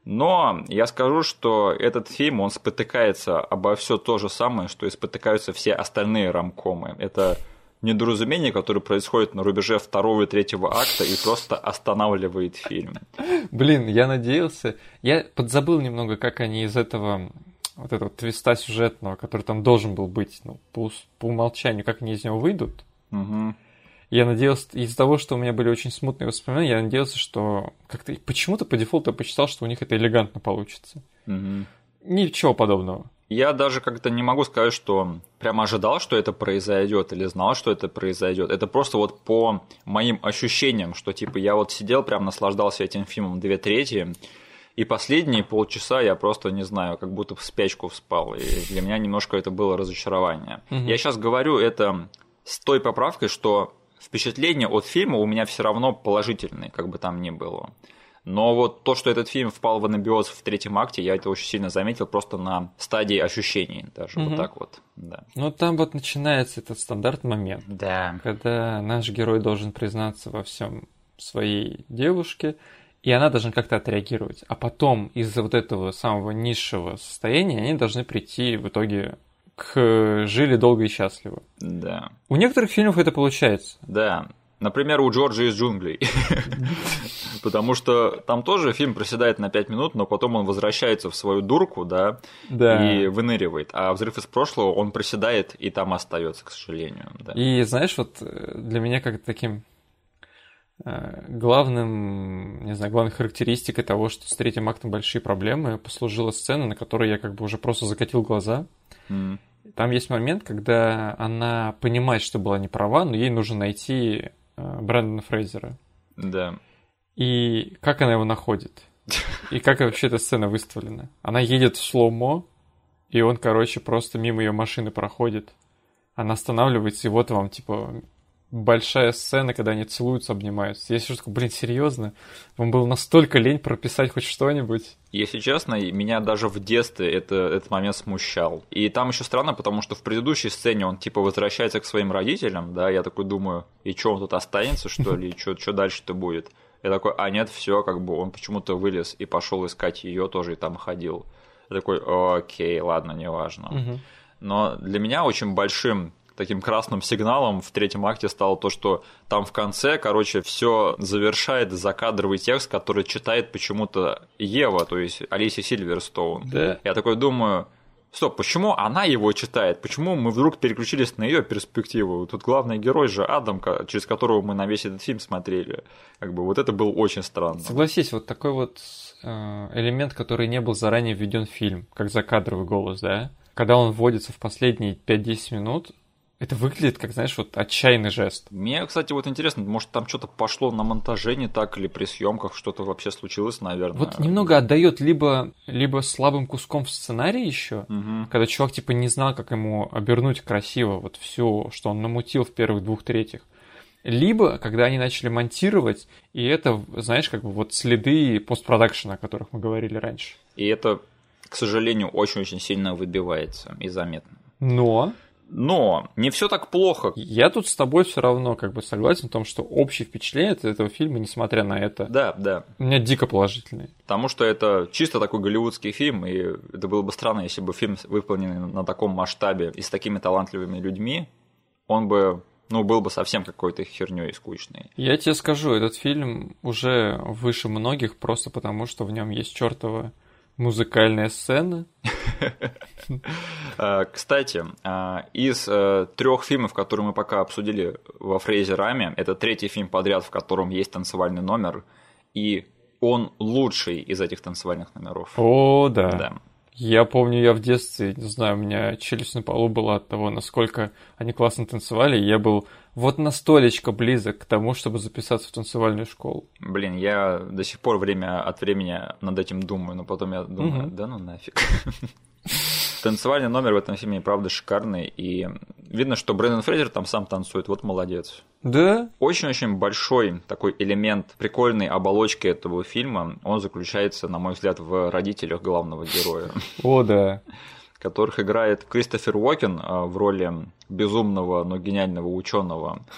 Но я скажу, что этот фильм, он спотыкается обо все то же самое, что и спотыкаются все остальные ромкомы. Это недоразумение, которое происходит на рубеже второго и третьего акта и просто останавливает фильм. Блин, я надеялся... Я подзабыл немного, как они из этого... вот этого твиста сюжетного, который там должен был быть, ну, по, по умолчанию, как они из него выйдут. Угу. Я надеялся, из-за того, что у меня были очень смутные воспоминания, я надеялся, что как-то почему-то по дефолту я посчитал, что у них это элегантно получится. Угу. Ничего подобного. Я даже как-то не могу сказать, что прямо ожидал, что это произойдет, или знал, что это произойдет. Это просто вот по моим ощущениям, что типа я вот сидел, прям наслаждался этим фильмом две трети, и последние полчаса я просто, не знаю, как будто в спячку спал. И для меня немножко это было разочарование. Угу. Я сейчас говорю это с той поправкой, что впечатление от фильма у меня все равно положительное, как бы там ни было. Но вот то, что этот фильм впал в анабиоз в третьем акте, я это очень сильно заметил просто на стадии ощущений, даже угу. вот так вот. Да. Ну, там вот начинается этот стандартный момент, да. когда наш герой должен признаться во всем своей девушке, и она должна как-то отреагировать. А потом из-за вот этого самого низшего состояния они должны прийти в итоге к «жили долго и счастливо». Да. У некоторых фильмов это получается. Да. Например, у Джорджа из джунглей. Потому что там тоже фильм проседает на пять минут, но потом он возвращается в свою дурку, да, да. и выныривает. А «Взрыв из прошлого» он проседает и там остается, к сожалению. Да. И знаешь, вот для меня как таким главным, не знаю, главной характеристикой того, что с третьим актом большие проблемы, послужила сцена, на которой я как бы уже просто закатил глаза. Mm. Там есть момент, когда она понимает, что была не права, но ей нужно найти Брэндона Фрейзера. Да. И как она его находит? И как вообще эта сцена выставлена? Она едет в слоумо, и он, короче, просто мимо ее машины проходит. Она останавливается, и вот вам, типа, большая сцена, когда они целуются, обнимаются. Я сижу такой, блин, серьезно? Вам было настолько лень прописать хоть что-нибудь? Если честно, меня даже в детстве это, этот момент смущал. И там еще странно, потому что в предыдущей сцене он типа возвращается к своим родителям, да, я такой думаю, и что, он тут останется, что ли, и что дальше-то будет? Я такой, а нет, все, как бы он почему-то вылез и пошел искать ее тоже, и там ходил. Я такой, окей, ладно, неважно. Но для меня очень большим таким красным сигналом в третьем акте стало то, что там в конце, короче, все завершает закадровый текст, который читает почему-то Ева, то есть Алисия Сильверстоун. Да. Я такой думаю, стоп, почему она его читает? Почему мы вдруг переключились на ее перспективу? Тут главный герой же Адам, через которого мы на весь этот фильм смотрели. Как бы вот это было очень странно. Согласись, вот такой вот элемент, который не был заранее введен в фильм, как закадровый голос, да? Когда он вводится в последние пять-десять минут, это выглядит, как, знаешь, вот отчаянный жест. Мне, кстати, вот интересно, может, там что-то пошло на монтаже не так, или при съемках что-то вообще случилось, наверное. Вот немного отдает либо, либо слабым куском в сценарии еще, угу. когда чувак, типа, не знал, как ему обернуть красиво вот все, что он намутил в первых двух третьих. Либо, когда они начали монтировать, и это, знаешь, как бы вот следы постпродакшена, о которых мы говорили раньше. И это, к сожалению, очень-очень сильно выбивается и заметно. Но... Но не все так плохо. Я тут с тобой все равно как бы согласен в том, что общее впечатление от этого фильма, несмотря на это, да, да. у меня дико положительное. Потому что это чисто такой голливудский фильм, и это было бы странно, если бы фильм, выполненный на таком масштабе и с такими талантливыми людьми, он бы, ну, был бы совсем какой-то хернёй и скучный. Я тебе скажу, этот фильм уже выше многих просто потому, что в нем есть чертова музыкальная сцена. Кстати, из трех фильмов, которые мы пока обсудили во Фрейзе Раме, это третий фильм подряд, в котором есть танцевальный номер, и он лучший из этих танцевальных номеров. О, да. да. Я помню, я в детстве, не знаю, у меня челюсть на полу была от того, насколько они классно танцевали, и я был вот настолечко близок к тому, чтобы записаться в танцевальную школу. Блин, я до сих пор время от времени над этим думаю, но потом я думаю, угу. да ну нафиг. Танцевальный номер в этом фильме, правда, шикарный, и видно, что Брэндон Фрейзер там сам танцует, вот молодец. Да? Очень-очень большой такой элемент прикольной оболочки этого фильма, он заключается, на мой взгляд, в родителях главного героя. О, да. Которых играет Кристофер Уокен в роли безумного, но гениального ученого,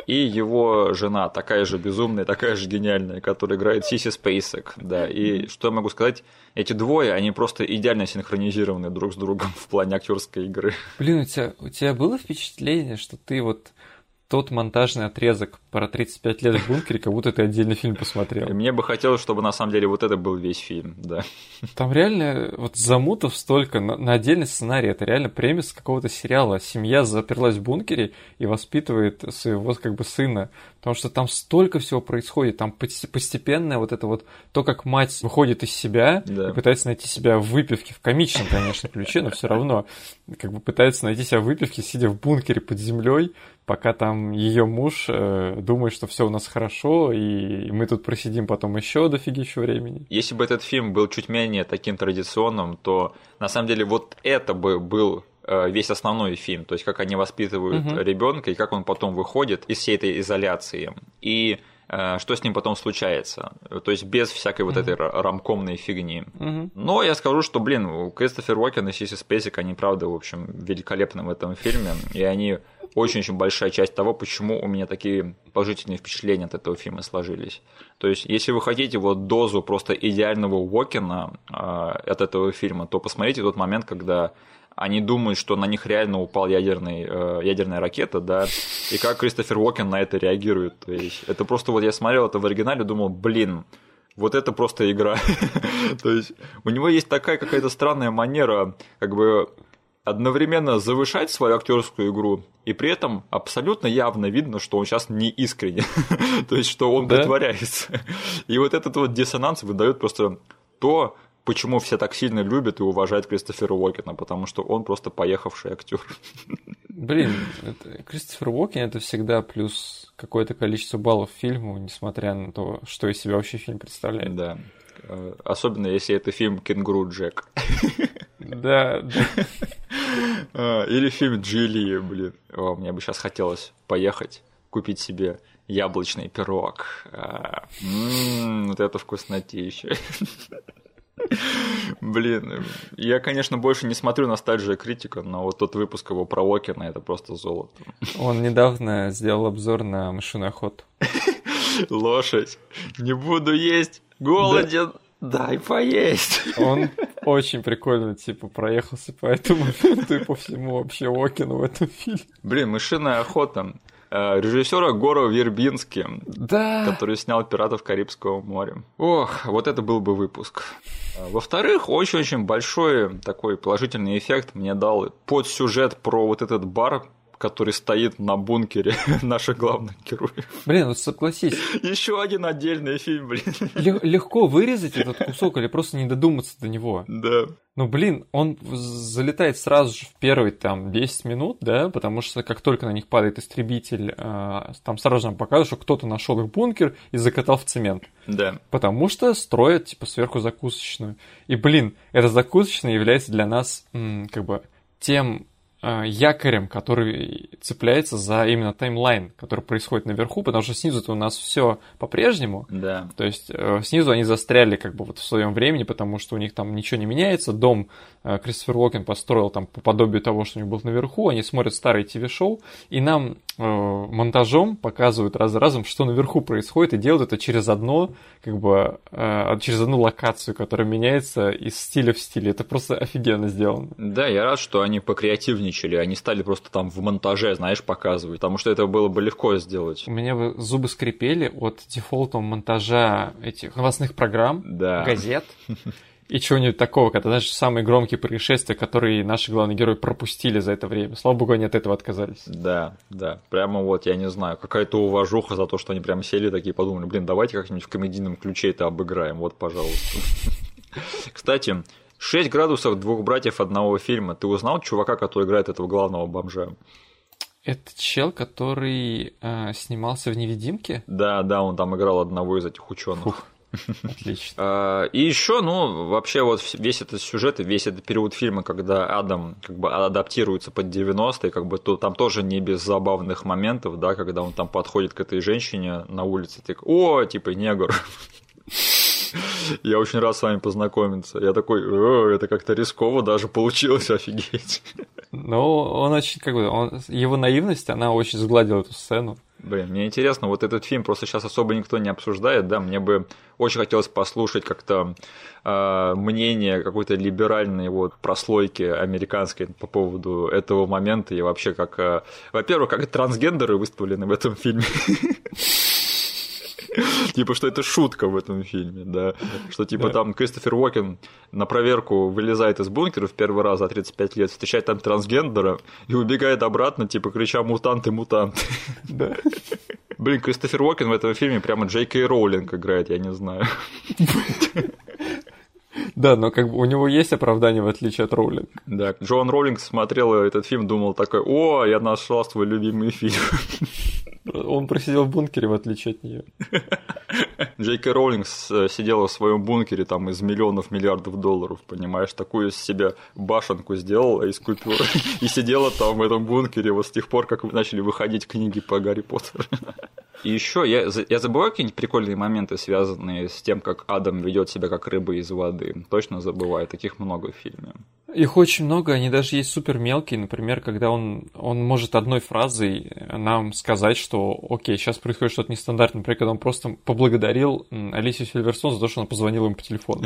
и его жена, такая же безумная, такая же гениальная, которая играет Сиси Спейсек, да, и что я могу сказать, эти двое, они просто идеально синхронизированы друг с другом в плане актерской игры. Блин, у тебя, у тебя было впечатление, что ты вот тот монтажный отрезок про тридцать пять лет в бункере, как будто ты отдельный фильм посмотрел. И мне бы хотелось, чтобы на самом деле вот это был весь фильм, да. Там реально вот замутов столько на, на отдельный сценарий. Это реально премис какого-то сериала. Семья заперлась в бункере и воспитывает своего как бы сына. Потому что там столько всего происходит. Там постепенно вот это вот то, как мать выходит из себя да. и пытается найти себя в выпивке, в комичном, конечно, ключе, но все равно как бы пытается найти себя в выпивке, сидя в бункере под землей, пока там ее муж э, думает, что все у нас хорошо, и мы тут просидим потом еще дофигища времени. Если бы этот фильм был чуть менее таким традиционным, то на самом деле вот это бы был весь основной фильм, то есть как они воспитывают uh-huh. ребенка и как он потом выходит из всей этой изоляции. И что с ним потом случается. То есть без всякой вот этой uh-huh. рамкомной фигни. Uh-huh. Но я скажу, что, блин, Кристофер Уокен и Сиси Спейсек, они, правда, в общем, великолепны в этом фильме, и они очень-очень большая часть того, почему у меня такие положительные впечатления от этого фильма сложились. То есть, если вы хотите вот дозу просто идеального Уокена э, от этого фильма, то посмотрите тот момент, когда они думают, что на них реально упала ядерный, э, ядерная ракета, да, и как Кристофер Уокен на это реагирует. То есть, это просто вот я смотрел это в оригинале, думал, блин, вот это просто игра. То есть, у него есть такая какая-то странная манера, как бы одновременно завышать свою актерскую игру, и при этом абсолютно явно видно, что он сейчас не искренне, то есть, что он притворяется. И вот этот вот диссонанс выдает просто то, почему все так сильно любят и уважают Кристофера Уокена, потому что он просто поехавший актер. Блин, это, Кристофер Уокен — это всегда плюс какое-то количество баллов фильму, несмотря на то, что из себя вообще фильм представляет. Да, особенно если это фильм «Кенгуру Джек». Да, да. Или фильм «Джили», блин. О, мне бы сейчас хотелось поехать, купить себе яблочный пирог. М-м, вот это вкуснотища. Блин, я, конечно, больше не смотрю «Ностальжия критика», но вот тот выпуск его про Уокена — это просто золото. Он недавно сделал обзор на «Мышиную охоту». Лошадь. Не буду есть, голоден. Да. Дай поесть. Он очень прикольно, типа, проехался по этому моменту и по всему вообще Уокену в этом фильме. Блин, «Мышиная охота». Режиссера Гора Вербински, да. который снял «Пиратов Карибского моря». Ох, вот это был бы выпуск. Во-вторых, очень-очень большой такой положительный эффект мне дал подсюжет про вот этот бар, который стоит на бункере наших главных героев. Блин, вот согласись. Еще один отдельный фильм, блин. Л- легко вырезать этот кусок или просто не додуматься до него. Да. Ну, блин, он залетает сразу же в первые там десять минут, да, потому что как только на них падает истребитель, э, там сразу же нам показывают, что кто-то нашел их бункер и закатал в цемент. Да. Потому что строят, типа, сверху закусочную. И, блин, эта закусочная является для нас, м, как бы, тем якорем, который цепляется за именно таймлайн, который происходит наверху, потому что снизу-то у нас все по-прежнему. Да. То есть э, снизу они застряли как бы вот в своем времени, потому что у них там ничего не меняется. Дом э, Кристофер Уокен построил там по подобию того, что у них был наверху. Они смотрят старые ТВ-шоу, и нам э, монтажом показывают раз за разом, что наверху происходит, и делают это через одно, как бы, э, через одну локацию, которая меняется из стиля в стиль. Это просто офигенно сделано. Да, я рад, что они покреативнее. Они стали просто там в монтаже, знаешь, показывать, потому что это было бы легко сделать. У меня бы зубы скрипели от дефолтного монтажа этих новостных программ, да. газет и чего-нибудь такого, когда, знаешь, самые громкие происшествия, которые наши главные герои пропустили за это время. Слава богу, они от этого отказались. Да, да. Прямо вот, я не знаю, какая-то уважуха за то, что они прям сели такие и подумали, блин, давайте как-нибудь в комедийном ключе это обыграем, вот, пожалуйста. Кстати, «Шесть градусов двух братьев одного фильма». Ты узнал чувака, который играет этого главного бомжа? Это чел, который э, снимался в «Невидимке»? Да, да, он там играл одного из этих ученых. Отлично. И еще, ну, вообще вот весь этот сюжет и весь этот период фильма, когда Адам как бы адаптируется под девяностые, как бы то, там тоже не без забавных моментов, да, когда он там подходит к этой женщине на улице, так, о, типа, негр. Я очень рад с вами познакомиться. Я такой, о, это как-то рисково даже получилось, офигеть. Ну, он очень, как бы, он, его наивность, она очень сгладила эту сцену. Блин, мне интересно, вот этот фильм просто сейчас особо никто не обсуждает, да, мне бы очень хотелось послушать как-то э, мнение какой-то либеральной вот прослойки американской по поводу этого момента и вообще как, э, во-первых, как трансгендеры выставлены в этом фильме. Типа, что это шутка в этом фильме, да. Что, типа, да. Там Кристофер Уокен на проверку вылезает из бункера в первый раз за тридцать пять лет, встречает там трансгендера и убегает обратно, типа, крича «мутанты, мутанты». Да. Блин, Кристофер Уокен в этом фильме прямо Джей Кей Роулинг играет, я не знаю. Да, но как бы у него есть оправдание, в отличие от Роулинг. Да, Джоан Роулинг смотрел этот фильм, думал такой: «О, я нашла свой любимый фильм». Он просидел в бункере, в отличие от нее. Джей Кей Роулинг сидела в своем бункере там из миллионов, миллиардов долларов, понимаешь, такую из себя башенку сделала из купюр и сидела там в этом бункере вот с тех пор, как начали выходить книги по Гарри Поттеру. И еще я, я забываю какие-нибудь прикольные моменты, связанные с тем, как Адам ведет себя как рыба из воды. Точно забываю, таких много в фильме. Их очень много, они даже есть супер мелкие. Например, когда он, он может одной фразой нам сказать, что окей, сейчас происходит что-то нестандартное. Например, когда он просто поблагодарил Алисию Сильверстоун за то, что она позвонила ему по телефону.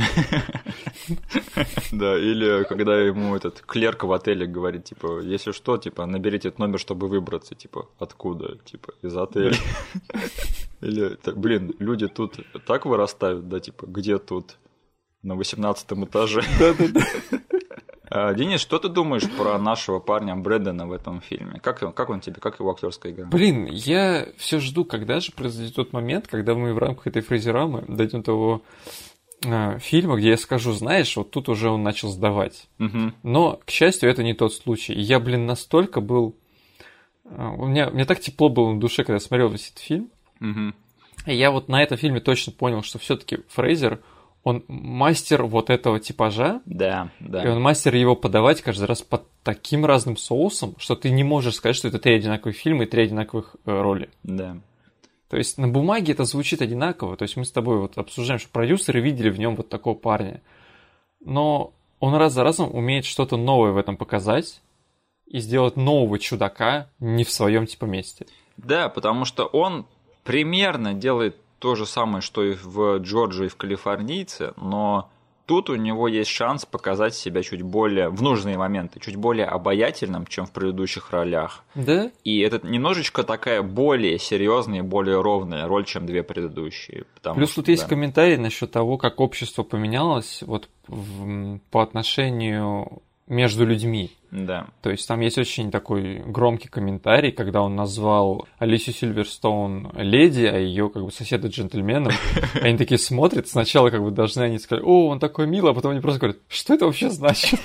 Да, или когда ему этот клерк в отеле говорит, типа, если что, типа, наберите этот номер, чтобы выбраться, типа, откуда, типа, из отеля. Или, блин, люди тут так вырастают, да, типа, где тут? На восемнадцатом этаже. Да-да-да. Денис, что ты думаешь про нашего парня Брэндона в этом фильме? Как, как он тебе, как его актерская игра? Блин, я все жду, когда же произойдет тот момент, когда мы в рамках этой фрезерамы дойдем до того э, фильма, где я скажу, знаешь, вот тут уже он начал сдавать. Угу. Но, к счастью, это не тот случай. И я, блин, настолько был... У меня, у меня так тепло было на душе, когда я смотрел весь этот фильм. Угу. И я вот на этом фильме точно понял, что все-таки Фрейзер... Он мастер вот этого типажа, да, да. И он мастер его подавать каждый раз под таким разным соусом, что ты не можешь сказать, что это три одинаковых фильма и три одинаковых э, роли. Да. То есть на бумаге это звучит одинаково, то есть мы с тобой вот обсуждаем, что продюсеры видели в нем вот такого парня, но он раз за разом умеет что-то новое в этом показать и сделать нового чудака не в своем типа месте. Да, потому что он примерно делает то же самое, что и в Джорджии, и в Калифорнийце, но тут у него есть шанс показать себя чуть более, в нужные моменты, чуть более обаятельным, чем в предыдущих ролях. Да? И это немножечко такая более серьезная и более ровная роль, чем две предыдущие. Плюс что, тут да. есть комментарий насчет того, как общество поменялось вот в, по отношению между людьми. Да. То есть там есть очень такой громкий комментарий, когда он назвал Алисию Сильверстоун леди, а ее как бы соседа джентльменом. Они такие смотрят, сначала как бы должны они сказать: «О, он такой милый», а потом они просто говорят: «Что это вообще значит?»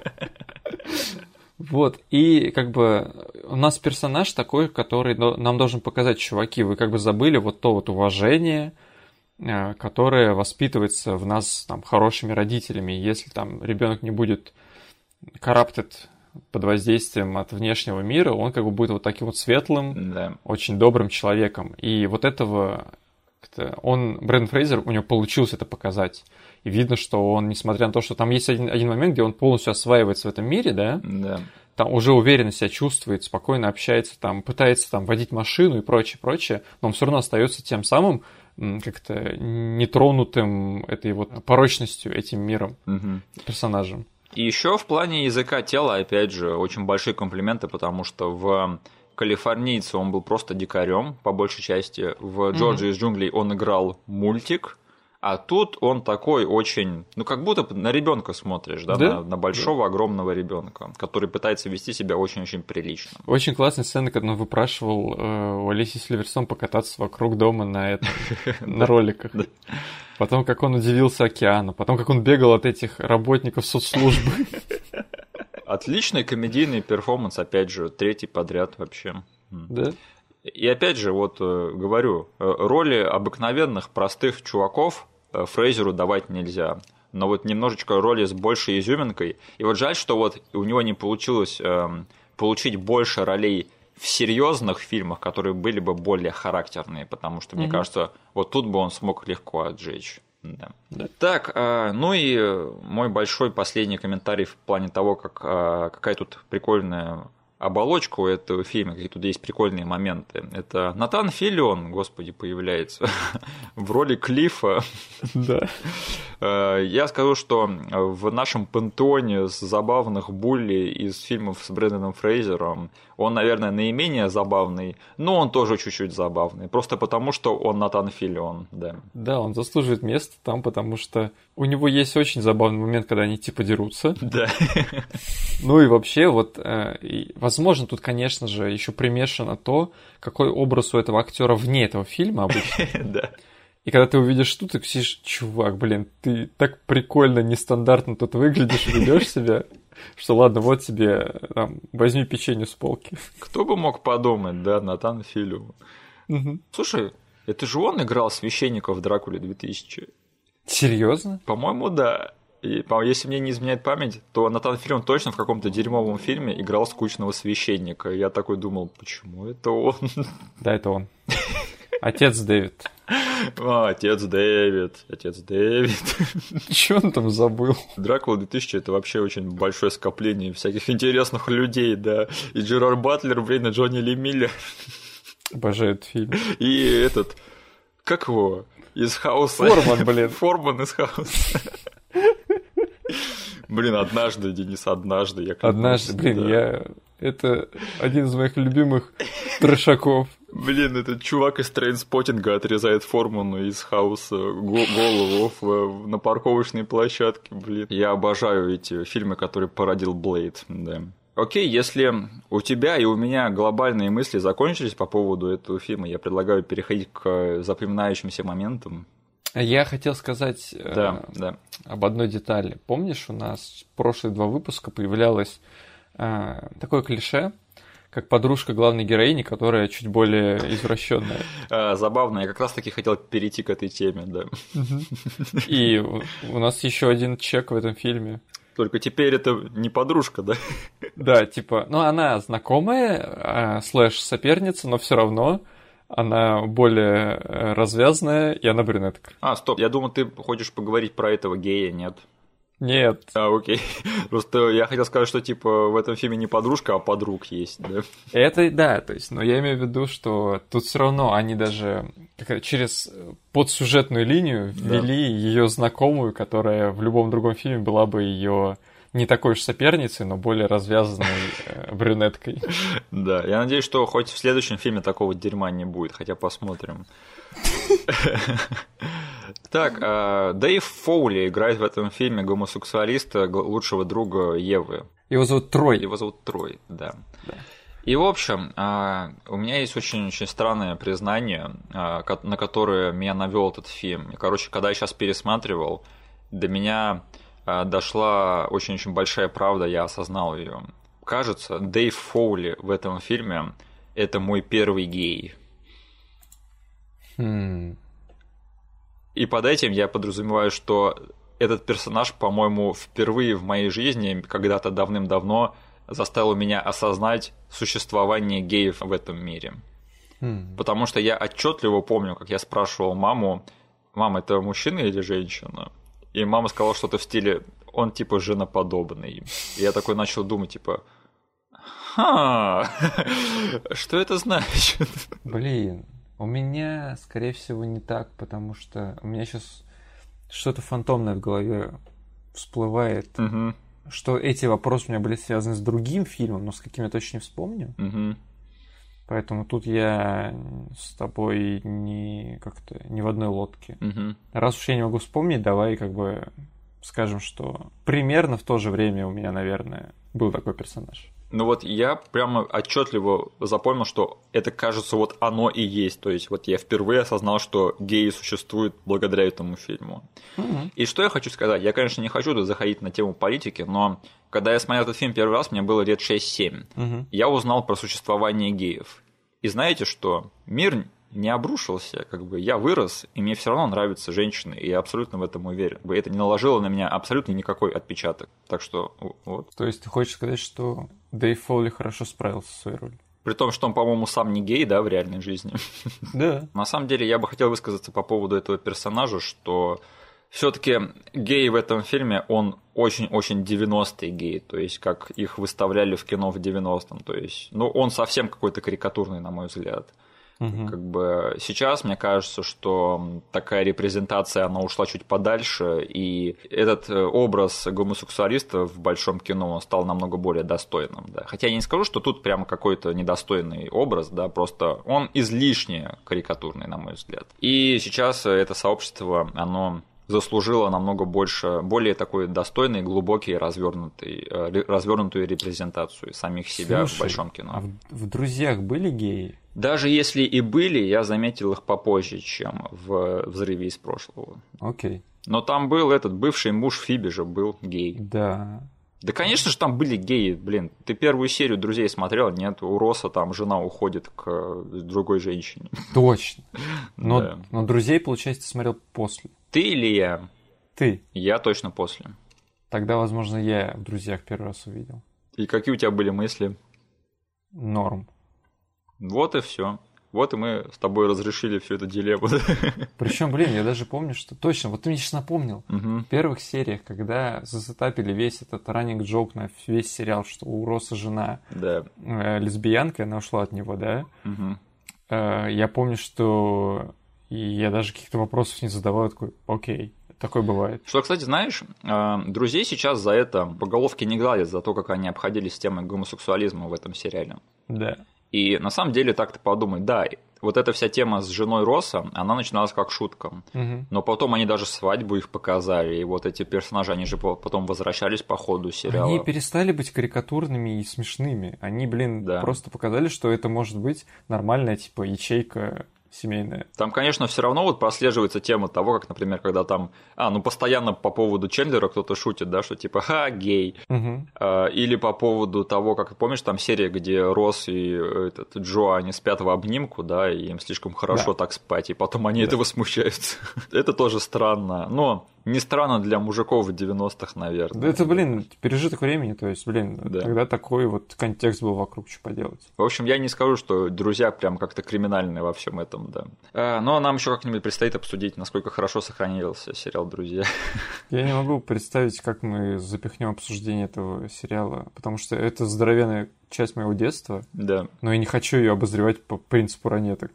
Вот, и как бы у нас персонаж такой, который нам должен показать: чуваки, вы как бы забыли вот то вот уважение, которое воспитывается в нас там хорошими родителями. Если там ребенок не будет corrupted под воздействием от внешнего мира, он как бы будет вот таким вот светлым, да. очень добрым человеком. И вот этого, он, Брендон Фрейзер, у него получилось это показать. И видно, что он, несмотря на то, что там есть один, один момент, где он полностью осваивается в этом мире, да, да. Там уже уверенно себя чувствует, спокойно общается, там, пытается там водить машину и прочее, прочее, но он все равно остается тем самым как-то нетронутым этой вот порочностью, этим миром, угу. персонажем. И еще в плане языка тела, опять же, очень большие комплименты, потому что в «Калифорнийце» он был просто дикарем, по большей части. В «Джорджии из джунглей» он играл мультик, а тут он такой очень, ну как будто на ребенка смотришь, да, да? на, на большого, да. огромного ребенка, который пытается вести себя очень-очень прилично. Очень классная сцена, когда он выпрашивал э, у Алисии Сильверстоун покататься вокруг дома на этом, на роликах. Потом, как он удивился океану, потом, как он бегал от этих работников соцслужбы. Отличный комедийный перформанс, опять же, третий подряд вообще. Да. И опять же, вот говорю, роли обыкновенных простых чуваков Фрейзеру давать нельзя. Но вот немножечко роли с большей изюминкой. И вот жаль, что вот у него не получилось э, получить больше ролей в серьезных фильмах, которые были бы более характерные, потому что, мне mm-hmm. кажется, вот тут бы он смог легко отжечь. Да. Да. Так, э, ну и мой большой последний комментарий в плане того, как, э, какая тут прикольная оболочку этого фильма, какие тут есть прикольные моменты. Это Натан Филлион, господи, появляется в роли Клиффа. Да. Я скажу, что в нашем пантеоне с забавных булли из фильмов с Бренданом Фрейзером он, наверное, наименее забавный, но он тоже чуть-чуть забавный. Просто потому, что он Натан Филлион, да. Да, он заслуживает места там, потому что у него есть очень забавный момент, когда они типа дерутся. Да. Ну и вообще, вот, э, и, возможно, тут, конечно же, еще примешано то, какой образ у этого актера вне этого фильма обычно. Да. И когда ты увидишь тут, ты сидишь, чувак, блин, ты так прикольно, нестандартно тут выглядишь, ведешь себя, что ладно, вот тебе, там, возьми печенье с полки. Кто бы мог подумать, да, Натан Филлион. Угу. Слушай, это же он играл священника в Дракуле две тысячи. Серьезно? По-моему, да. И, если мне не изменяет память, то Натан Филлион точно в каком-то дерьмовом фильме играл скучного священника. Я такой думал, почему это он? Да, это он. Отец Дэвид. А, отец Дэвид, отец Дэвид. Чё он там забыл? Дракула две тысячи это вообще очень большое скопление всяких интересных людей, да. И Джерард Батлер, блин, и Джонни Ли Миллер. Обожаю этот фильм. И этот, как его, из Хауса. Форман, блин. Форман из Хауса. Блин, однажды, Денис, однажды. Я однажды, блин, да. я... Это один из моих любимых трешаков. Блин, этот чувак из Трейнспоттинга отрезает Форману из Хауса голову в, на парковочной площадке, блин. Я обожаю эти фильмы, которые породил Блейд, да. Окей, если у тебя и у меня глобальные мысли закончились по поводу этого фильма, я предлагаю переходить к запоминающимся моментам. Я хотел сказать да, э, да. об одной детали. Помнишь, у нас в прошлые два выпуска появлялось э, такое клише, как подружка главной героини, которая чуть более извращенная. Забавно, я как раз-таки хотел перейти к этой теме, да. И у нас еще один чек в этом фильме. Только теперь это не подружка, да? Да, типа, ну она знакомая, слэш соперница, но все равно она более развязная, и она брюнетка. А, стоп, я думал, ты хочешь поговорить про этого гея, нет? Нет. А, окей. Просто я хотел сказать, что типа в этом фильме не подружка, а подруг есть, да? Это, да, то есть, но я имею в виду, что тут все равно они даже через подсюжетную линию ввели да. ее знакомую, которая в любом другом фильме была бы ее не такой уж соперницей, но более развязанной э, брюнеткой. Да, я надеюсь, что хоть в следующем фильме такого дерьма не будет, хотя посмотрим. Так, Дэйв Фоули играет в этом фильме гомосексуалиста, лучшего друга Евы. Его зовут Трой. Его зовут Трой, да. да. И, в общем, у меня есть очень-очень странное признание, на которое меня навел этот фильм. И, короче, когда я сейчас пересматривал, до меня дошла очень-очень большая правда, я осознал ее. Кажется, Дэйв Фоули в этом фильме – это мой первый гей. Хм... И под этим я подразумеваю, что этот персонаж, по-моему, впервые в моей жизни, когда-то давным-давно, заставил меня осознать существование геев в этом мире. Mm. Потому что я отчетливо помню, как я спрашивал маму, «Мам, это мужчина или женщина?» И мама сказала что-то в стиле «он типа женоподобный». И я такой начал думать, типа «Ха, что это значит?» Блин. У меня, скорее всего, не так, потому что у меня сейчас что-то фантомное в голове всплывает, угу. что эти вопросы у меня были связаны с другим фильмом, но с каким я точно не вспомню. Угу. Поэтому тут я с тобой не как-то не в одной лодке. Угу. Раз уж я не могу вспомнить, давай как бы скажем, что примерно в то же время у меня, наверное, был такой персонаж. Ну вот я прямо отчетливо запомнил, что это, кажется, вот оно и есть. То есть вот я впервые осознал, что геи существуют благодаря этому фильму. Mm-hmm. И что я хочу сказать? Я, конечно, не хочу тут заходить на тему политики, но когда я смотрел этот фильм первый раз, мне было лет шесть-семь. Mm-hmm. Я узнал про существование геев. И знаете что? Мир не обрушился, как бы я вырос, и мне все равно нравятся женщины, и я абсолютно в этом уверен. Это не наложило на меня абсолютно никакой отпечаток. Так что вот. То есть ты хочешь сказать, что Дэйв Фоули хорошо справился со своей ролью? При том, что он, по-моему, сам не гей, да, в реальной жизни. Да. На самом деле, я бы хотел высказаться по поводу этого персонажа, что Все-таки гей в этом фильме, он очень-очень девяностый гей, то есть как их выставляли в кино в девяностом, то есть, ну, он совсем какой-то карикатурный, на мой взгляд. Угу. Как бы сейчас мне кажется, что такая репрезентация, она ушла чуть подальше, и этот образ гомосексуалиста в большом кино стал намного более достойным. Да. Хотя я не скажу, что тут прямо какой-то недостойный образ, да, просто он излишне карикатурный, на мой взгляд. И сейчас это сообщество, оно заслужило намного больше, более такой достойный, глубокий, развернутый, развернутую репрезентацию самих себя. Слушай, в большом кино. А в, в «Друзьях» были геи? Даже если и были, я заметил их попозже, чем в «Взрыве из прошлого». Окей. Но там был этот бывший муж Фиби же был гей. Да. Да, конечно же, там были геи, блин. Ты первую серию «Друзей» смотрел? Нет, у Росса там жена уходит к другой женщине. Точно. Но, да. но «Друзей», получается, ты смотрел после. Ты или я? Ты. Я точно после. Тогда, возможно, я в «Друзьях» первый раз увидел. И какие у тебя были мысли? Норм. Вот и все. Вот и мы с тобой разрешили всю эту дилемму. Причем, блин, я даже помню, что точно, вот ты мне сейчас напомнил, угу. В первых сериях, когда засетапили весь этот раннинг джок на весь сериал, что у Росса жена да. э, лесбиянка, она ушла от него, да? Угу. Э, я помню, что и я даже каких-то вопросов не задавал, такой, окей. Такое бывает. Что, кстати, знаешь, «Друзей» сейчас за это по головке не гладят, за то, как они обходились темой гомосексуализма в этом сериале. Да. И на самом деле так-то подумать, да, вот эта вся тема с женой Росса, она начиналась как шутка. Угу. Но потом они даже свадьбу их показали, и вот эти персонажи, они же потом возвращались по ходу сериала. Они перестали быть карикатурными и смешными. Они, блин, да. просто показали, что это может быть нормальная, типа, ячейка семейная. Там, конечно, все равно вот прослеживается тема того, как, например, когда там, а, ну, постоянно по поводу Чендлера кто-то шутит, да, что типа, ха, гей. Угу. А, или по поводу того, как, помнишь, там серия, где Росс и этот Джо, они спят в обнимку, да, и им слишком хорошо да. так спать, и потом они да. этого смущаются. Это тоже странно, но не странно для мужиков в девяностых, наверное. Да это, блин, пережиток времени, то есть, блин, да. тогда такой вот контекст был вокруг, что поделать. В общем, я не скажу, что «Друзья» прям как-то криминальные во всем этом, да. А, но нам еще как-нибудь предстоит обсудить, насколько хорошо сохранился сериал «Друзья». Я не могу представить, как мы запихнем обсуждение этого сериала, потому что это здоровенная часть моего детства, да. но я не хочу ее обозревать по принципу ранеток.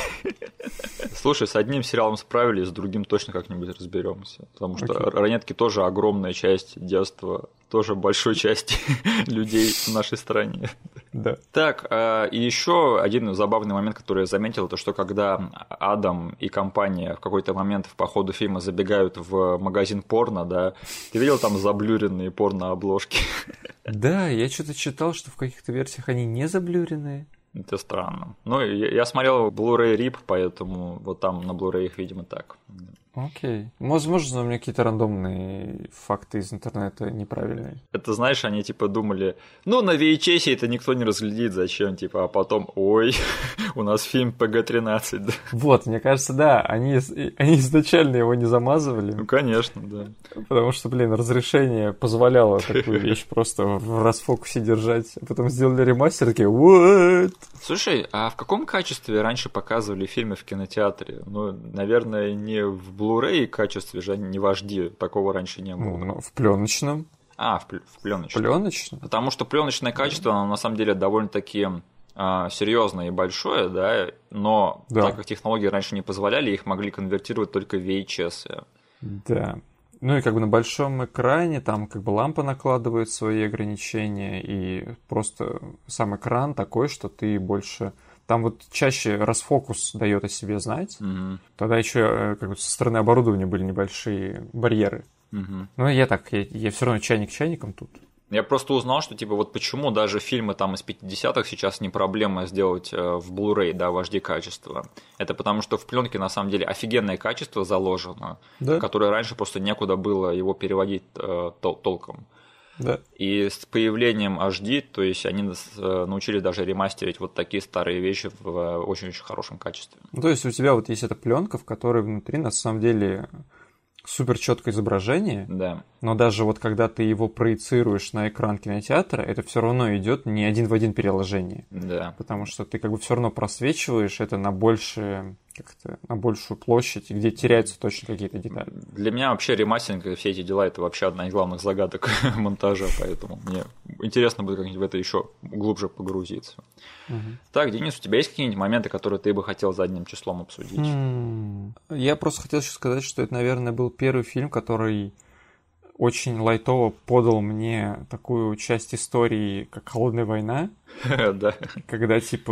Слушай, с одним сериалом справились, с другим точно как-нибудь разберемся. Потому что okay. ранетки тоже огромная часть детства, тоже большой части людей в нашей стране. Да. Так, и еще один забавный момент, который я заметил, то что когда Адам и компания в какой-то момент по ходу фильма забегают в магазин порно, да, ты видел там заблюренные порно-обложки? Да, я что-то читал, что в каких-то версиях они не заблюренные. Это странно. Ну, я, я смотрел Blu-ray рип, поэтому вот там на Blu-ray их, видимо, так. Окей. Возможно, у меня какие-то рандомные факты из интернета неправильные. Это, знаешь, они типа думали, ну, на ви эйч эс это никто не разглядит, зачем, типа, а потом, ой, у нас фильм пэ гэ тринадцать, да. Вот, мне кажется, да, они, они изначально его не замазывали. Ну, конечно, да. Потому что, блин, разрешение позволяло такую вещь просто в расфокусе держать. А потом сделали ремастер, такие, what? Слушай, а в каком качестве раньше показывали фильмы в кинотеатре? Ну, наверное, не в Blu-ray качестве же, не в эйч ди, такого раньше не было. Ну, в пленочном. А, в, в пленочном. Пленочном. Потому что пленочное качество, оно на самом деле довольно-таки а, серьезное и большое, да, но да. так как технологии раньше не позволяли, их могли конвертировать только в ви эйч эс. Да. Ну и как бы на большом экране там как бы лампа накладывает свои ограничения, и просто сам экран такой, что ты больше... Там вот чаще расфокус дает о себе знать. Mm-hmm. Тогда еще как бы со стороны оборудования были небольшие барьеры. Mm-hmm. Ну я так, я, я все равно чайник чайником тут. Я просто узнал, что типа вот почему даже фильмы там из пятидесятых сейчас не проблема сделать в Blu-ray, да, в эйч ди качество. Это потому что в пленке на самом деле офигенное качество заложено, да? Которое раньше просто некуда было его переводить э, тол- толком. Да. И с появлением эйч ди, то есть они научились даже ремастерить вот такие старые вещи в очень-очень хорошем качестве. Ну, то есть у тебя вот есть эта пленка, в которой внутри на самом деле супер четкое изображение, да. но даже вот когда ты его проецируешь на экран кинотеатра, это все равно идет не один в один переложение. Да. Потому что ты как бы все равно просвечиваешь это на большее как-то на большую площадь, где теряются точно какие-то детали. Для меня вообще ремастеринг и все эти дела — это вообще одна из главных загадок монтажа, поэтому мне интересно будет как-нибудь в это еще глубже погрузиться. Угу. Так, Денис, у тебя есть какие-нибудь моменты, которые ты бы хотел задним числом обсудить? М-м- Я просто хотел еще сказать, что это, наверное, был первый фильм, который очень лайтово подал мне такую часть истории, как «Холодная война». Да. Когда, типа,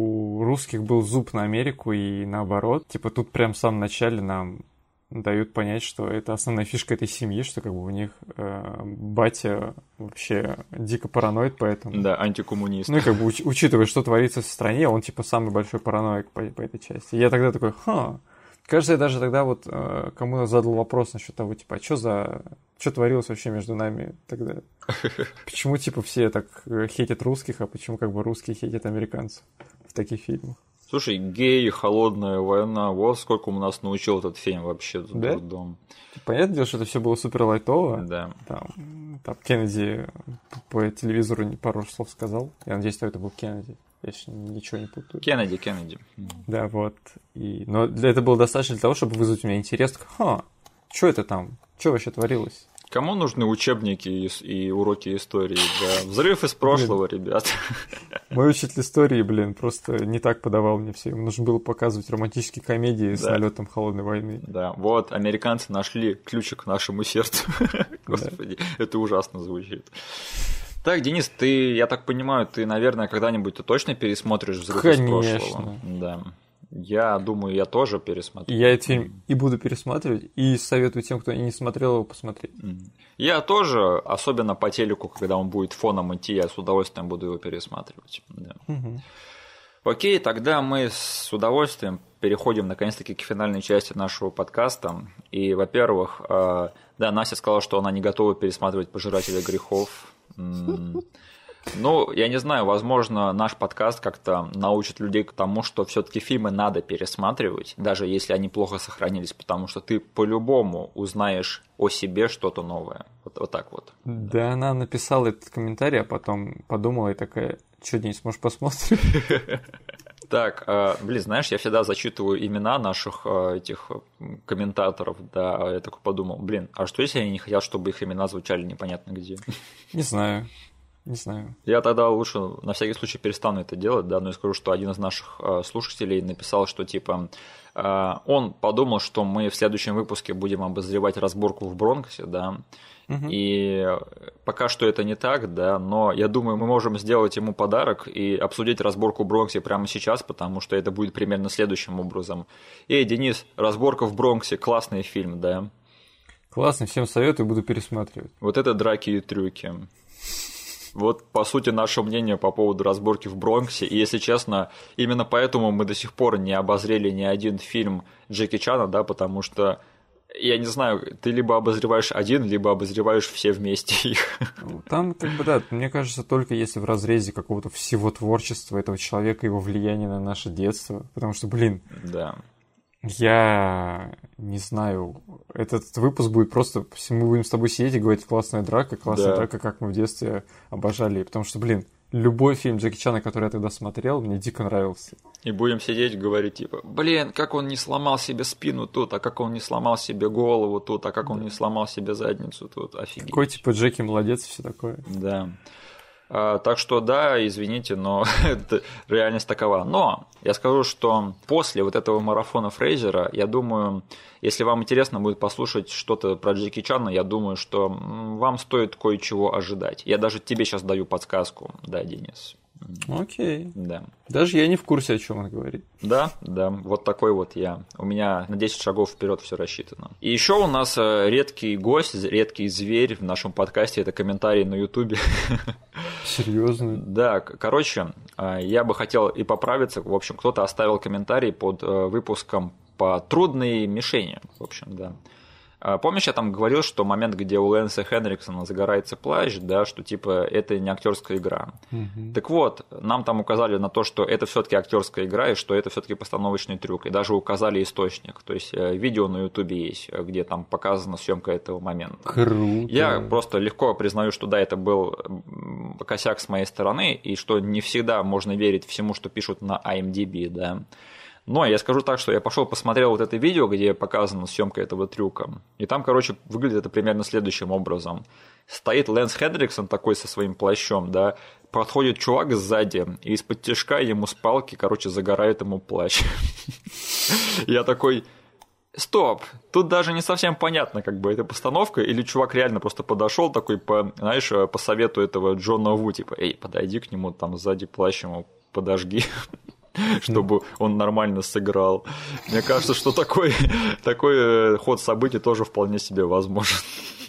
у русских был зуб на Америку и наоборот. Типа, тут прям в самом начале нам дают понять, что это основная фишка этой семьи, что как бы у них э, батя вообще дико параноид, поэтому... Да, антикоммунист. Ну и как бы уч- учитывая, что творится в стране, он типа самый большой параноик по, по этой части. И я тогда такой, ха... Кажется, я даже тогда вот э, кому-то задал вопрос насчет того, типа, а что за... Что творилось вообще между нами тогда? Почему, типа, все так хейтят русских, а почему, как бы, русские хейтят американцев в таких фильмах? Слушай, геи, холодная война, вот сколько у нас научил этот фильм вообще. Да? Трудом. Понятное дело, что это все было супер лайтово. Да. Там, там Кеннеди по телевизору пару слов сказал. Я надеюсь, что это был Кеннеди. Я еще ничего не путаю. Кеннеди, Кеннеди. Да, вот. И... Но для этого было достаточно для того, чтобы вызвать у меня интерес. Ха, что это там? Что вообще творилось? Кому нужны учебники и, и уроки истории? Да. Взрыв из прошлого, блин. Ребят. Мой учитель истории, блин, просто не так подавал мне все. Ему нужно было показывать романтические комедии да. с налетом холодной войны. Да, вот американцы нашли ключик к нашему сердцу. Господи, это ужасно звучит. Так, Денис, ты, я так понимаю, ты, наверное, когда-нибудь ты точно пересмотришь «Взрыв из прошлого»? Да. Я думаю, я тоже пересмотрю. Я этот фильм и буду пересматривать, и советую тем, кто не смотрел его, посмотреть. Я тоже, особенно по телеку, когда он будет фоном идти, я с удовольствием буду его пересматривать. Да. Угу. Окей, тогда мы с удовольствием переходим наконец-таки к финальной части нашего подкаста. И, во-первых, да, Настя сказала, что она не готова пересматривать «Пожирателя грехов». Ну, я не знаю, возможно, наш подкаст как-то научит людей к тому, что все-таки фильмы надо пересматривать, даже если они плохо сохранились, потому что ты по-любому узнаешь о себе что-то новое. Вот, вот так вот. Да, она написала этот комментарий, а потом подумала и такая, что, Денис, может, посмотрим? Так, блин, знаешь, я всегда зачитываю имена наших этих комментаторов, да, я такой подумал, блин, а что если они не хотят, чтобы их имена звучали непонятно где? Не знаю. Не знаю. Я тогда лучше на всякий случай перестану это делать, да, но я скажу, что один из наших э, слушателей написал, что типа э, он подумал, что мы в следующем выпуске будем обозревать разборку в Бронксе, да, угу. И пока что это не так, да, но я думаю, мы можем сделать ему подарок и обсудить разборку в Бронксе прямо сейчас, потому что это будет примерно следующим образом. Эй, Денис, разборка в Бронксе, классный фильм, да. Классный, всем советую, буду пересматривать. Вот это драки и трюки. Вот, по сути, наше мнение по поводу разборки в Бронксе. И, если честно, именно поэтому мы до сих пор не обозрели ни один фильм Джеки Чана, да, потому что, я не знаю, ты либо обозреваешь один, либо обозреваешь все вместе их. Там, как бы, да, мне кажется, только если в разрезе какого-то всего творчества этого человека, его влияния на наше детство. Потому что, блин... Да. Я не знаю, этот выпуск будет просто, мы будем с тобой сидеть и говорить, классная драка, классная да. драка, как мы в детстве обожали, потому что, блин, любой фильм Джеки Чана, который я тогда смотрел, мне дико нравился. И будем сидеть и говорить, типа, блин, как он не сломал себе спину тут, а как он не сломал себе голову тут, а как он да. не сломал себе задницу тут, офигеть. Какой, типа, Джеки молодец и все такое. Да. А, так что да, извините, но реальность такова. Но я скажу, что после вот этого марафона Фрейзера, я думаю, если вам интересно будет послушать что-то про Джеки Чана, я думаю, что вам стоит кое-чего ожидать. Я даже тебе сейчас даю подсказку, да, Денис. Окей. Да. Даже я не в курсе, о чем он говорит. Да, да, вот такой вот я. У меня на десять шагов вперед все рассчитано. И еще у нас редкий гость, редкий зверь в нашем подкасте, это комментарий на Ютубе. Серьезно? Да, короче, я бы хотел и поправиться. В общем, кто-то оставил комментарий под выпуском по «Трудные мишени». В общем, да. Помнишь, я там говорил, что момент, где у Лэнса Хенриксона загорается плащ, да, что типа это не актерская игра. Угу. Так вот, нам там указали на то, что это все-таки актерская игра, и что это все-таки постановочный трюк. И даже указали источник. То есть видео на Ютубе есть, где там показана съемка этого момента. Круто. Я просто легко признаю, что да, это был косяк с моей стороны, и что не всегда можно верить всему, что пишут на ай эм ди би, да. Но я скажу так, что я пошел посмотрел вот это видео, где показана съемка этого трюка, и там, короче, выглядит это примерно следующим образом. Стоит Лэнс Хендриксон такой со своим плащом, да, подходит чувак сзади, и из-под тишка ему с палки, короче, загорает ему плащ. Я такой... Стоп, тут даже не совсем понятно, как бы, это постановка, или чувак реально просто подошел такой, по, знаешь, по совету этого Джона Ву, типа, эй, подойди к нему, там сзади плащ ему подожги, чтобы он нормально сыграл. Мне кажется, что такой, такой ход событий тоже вполне себе возможен.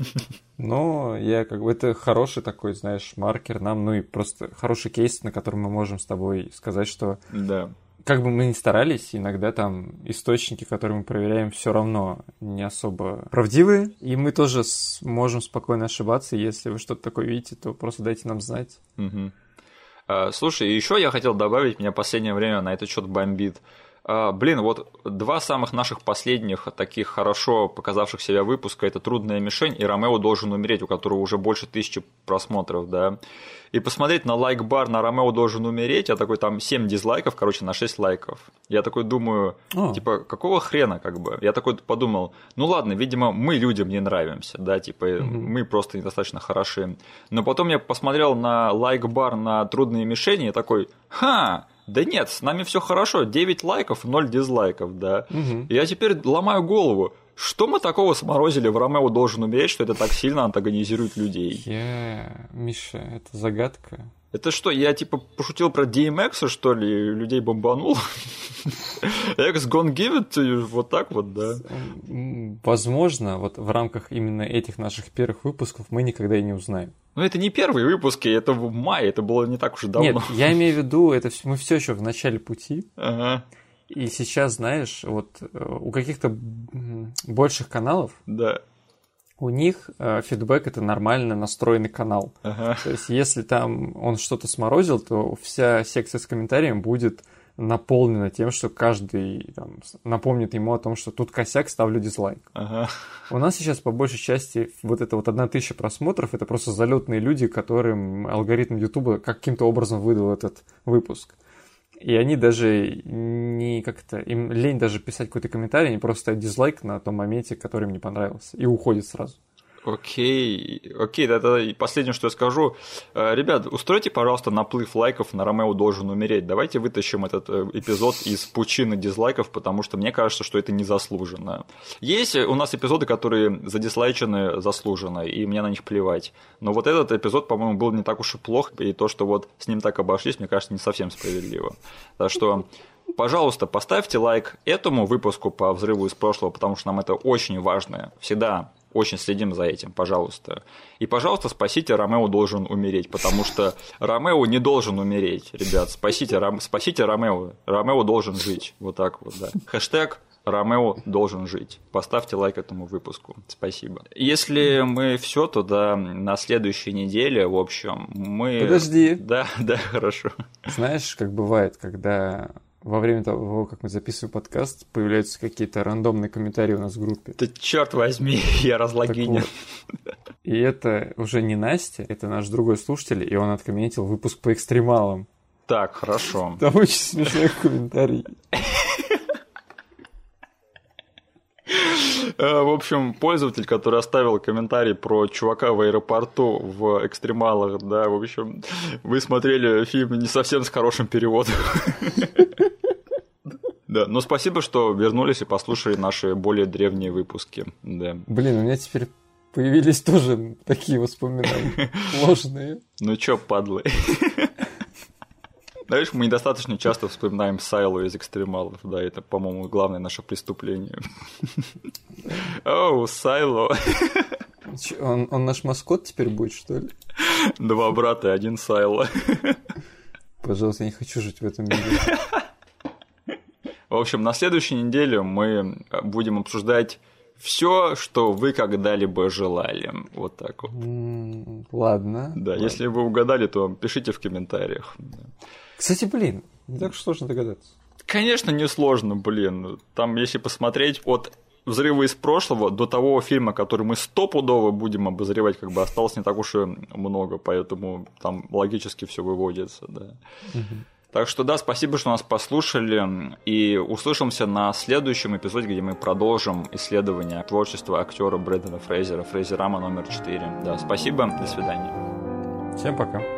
Ну, я как бы это хороший такой, знаешь, маркер нам, ну и просто хороший кейс, на котором мы можем с тобой сказать, что... Да. Как бы мы ни старались, иногда там источники, которые мы проверяем, все равно не особо правдивые, и мы тоже можем спокойно ошибаться, если вы что-то такое видите, то просто дайте нам знать. Угу. А, слушай, еще я хотел добавить, меня в последнее время на этот счет бомбит. А, блин, вот два самых наших последних таких хорошо показавших себя выпуска — это «Трудная мишень» и «Ромео должен умереть», у которого уже больше тысячи просмотров, да. И посмотреть на лайк-бар на «Ромео должен умереть», я такой, там семь дизлайков, короче, на шесть лайков. Я такой думаю, О. типа, какого хрена, как бы? Я такой подумал, ну ладно, видимо, мы людям не нравимся, да, типа, mm-hmm. мы просто недостаточно хороши. Но потом я посмотрел на лайк-бар на «Трудные мишени» и такой, ха, да нет, с нами все хорошо, девять лайков, ноль дизлайков, да. Mm-hmm. И я теперь ломаю голову. Что мы такого сморозили в «Ромео должен умереть», что это так сильно антагонизирует людей? Я... Миша, это загадка. Это что, я типа пошутил про ди эм экс, что ли, людей бомбанул? X gonna give it, вот так вот, да? Возможно, вот в рамках именно этих наших первых выпусков мы никогда и не узнаем. Ну, это не первые выпуски, это в мае, это было не так уж и давно. Нет, я имею в виду, это мы все еще в начале пути. Ага. И сейчас, знаешь, вот у каких-то больших каналов, да. у них э, фидбэк — это нормально настроенный канал. Ага. То есть, если там он что-то сморозил, то вся секция с комментариями будет наполнена тем, что каждый там, напомнит ему о том, что тут косяк, ставлю дизлайк. Ага. У нас сейчас по большей части вот это вот одна тысяча просмотров — это просто залетные люди, которым алгоритм Ютуба каким-то образом выдал этот выпуск. И они даже не как-то... Им лень даже писать какой-то комментарий, они просто ставят дизлайк на том моменте, который им не понравился, и уходят сразу. Окей, окей, это последнее, что я скажу. Ребят, устройте, пожалуйста, наплыв лайков на «Ромео должен умереть». Давайте вытащим этот эпизод из пучины дизлайков, потому что мне кажется, что это незаслуженно. Есть у нас эпизоды, которые задизлайчены заслуженно, и мне на них плевать. Но вот этот эпизод, по-моему, был не так уж и плох, и то, что вот с ним так обошлись, мне кажется, не совсем справедливо. Так что... Пожалуйста, поставьте лайк этому выпуску по взрыву из прошлого, потому что нам это очень важно. Всегда очень следим за этим, пожалуйста. И, пожалуйста, спасите «Ромео должен умереть», потому что Ромео не должен умереть, ребят. Спасите, Ром... спасите Ромео. Ромео должен жить. Вот так вот, да. Хэштег «Ромео должен жить». Поставьте лайк этому выпуску. Спасибо. Если мы все, то да, на следующей неделе, в общем, мы... Подожди. Да, да, хорошо. Знаешь, как бывает, когда... Во время того, как мы записываем подкаст, появляются какие-то рандомные комментарии у нас в группе. Да черт возьми, я разлогинил. Вот. И это уже не Настя, это наш другой слушатель, и он откомментил выпуск по экстремалам. Так, хорошо. Там очень смешной комментарий. В общем, пользователь, который оставил комментарий про чувака в аэропорту в экстремалах, да, в общем, вы смотрели фильм не совсем с хорошим переводом. Да, но спасибо, что вернулись и послушали наши более древние выпуски. Да. Блин, у меня теперь появились тоже такие воспоминания ложные. Ну чё, падлы? Знаешь, мы недостаточно часто вспоминаем Сайло из экстремалов, да, это, по-моему, главное наше преступление. Оу, Сайло. Он, он наш маскот теперь будет, что ли? Два брата и один Сайло. Пожалуйста, я не хочу жить в этом мире. В общем, на следующей неделе мы будем обсуждать все, что вы когда-либо желали. Вот так вот. Mm, ладно. Да, ладно. Если вы угадали, то пишите в комментариях. Кстати, блин, не так сложно догадаться. Конечно, несложно, блин. Там, если посмотреть от «Взрыва из прошлого» до того фильма, который мы стопудово будем обозревать, как бы осталось не так уж и много, поэтому там логически все выводится, да. Угу. Так что да, спасибо, что нас послушали, и услышимся на следующем эпизоде, где мы продолжим исследование творчества актера Брендана Фрейзера, Фрейзерама номер четыре. Да, спасибо, до свидания. Всем пока.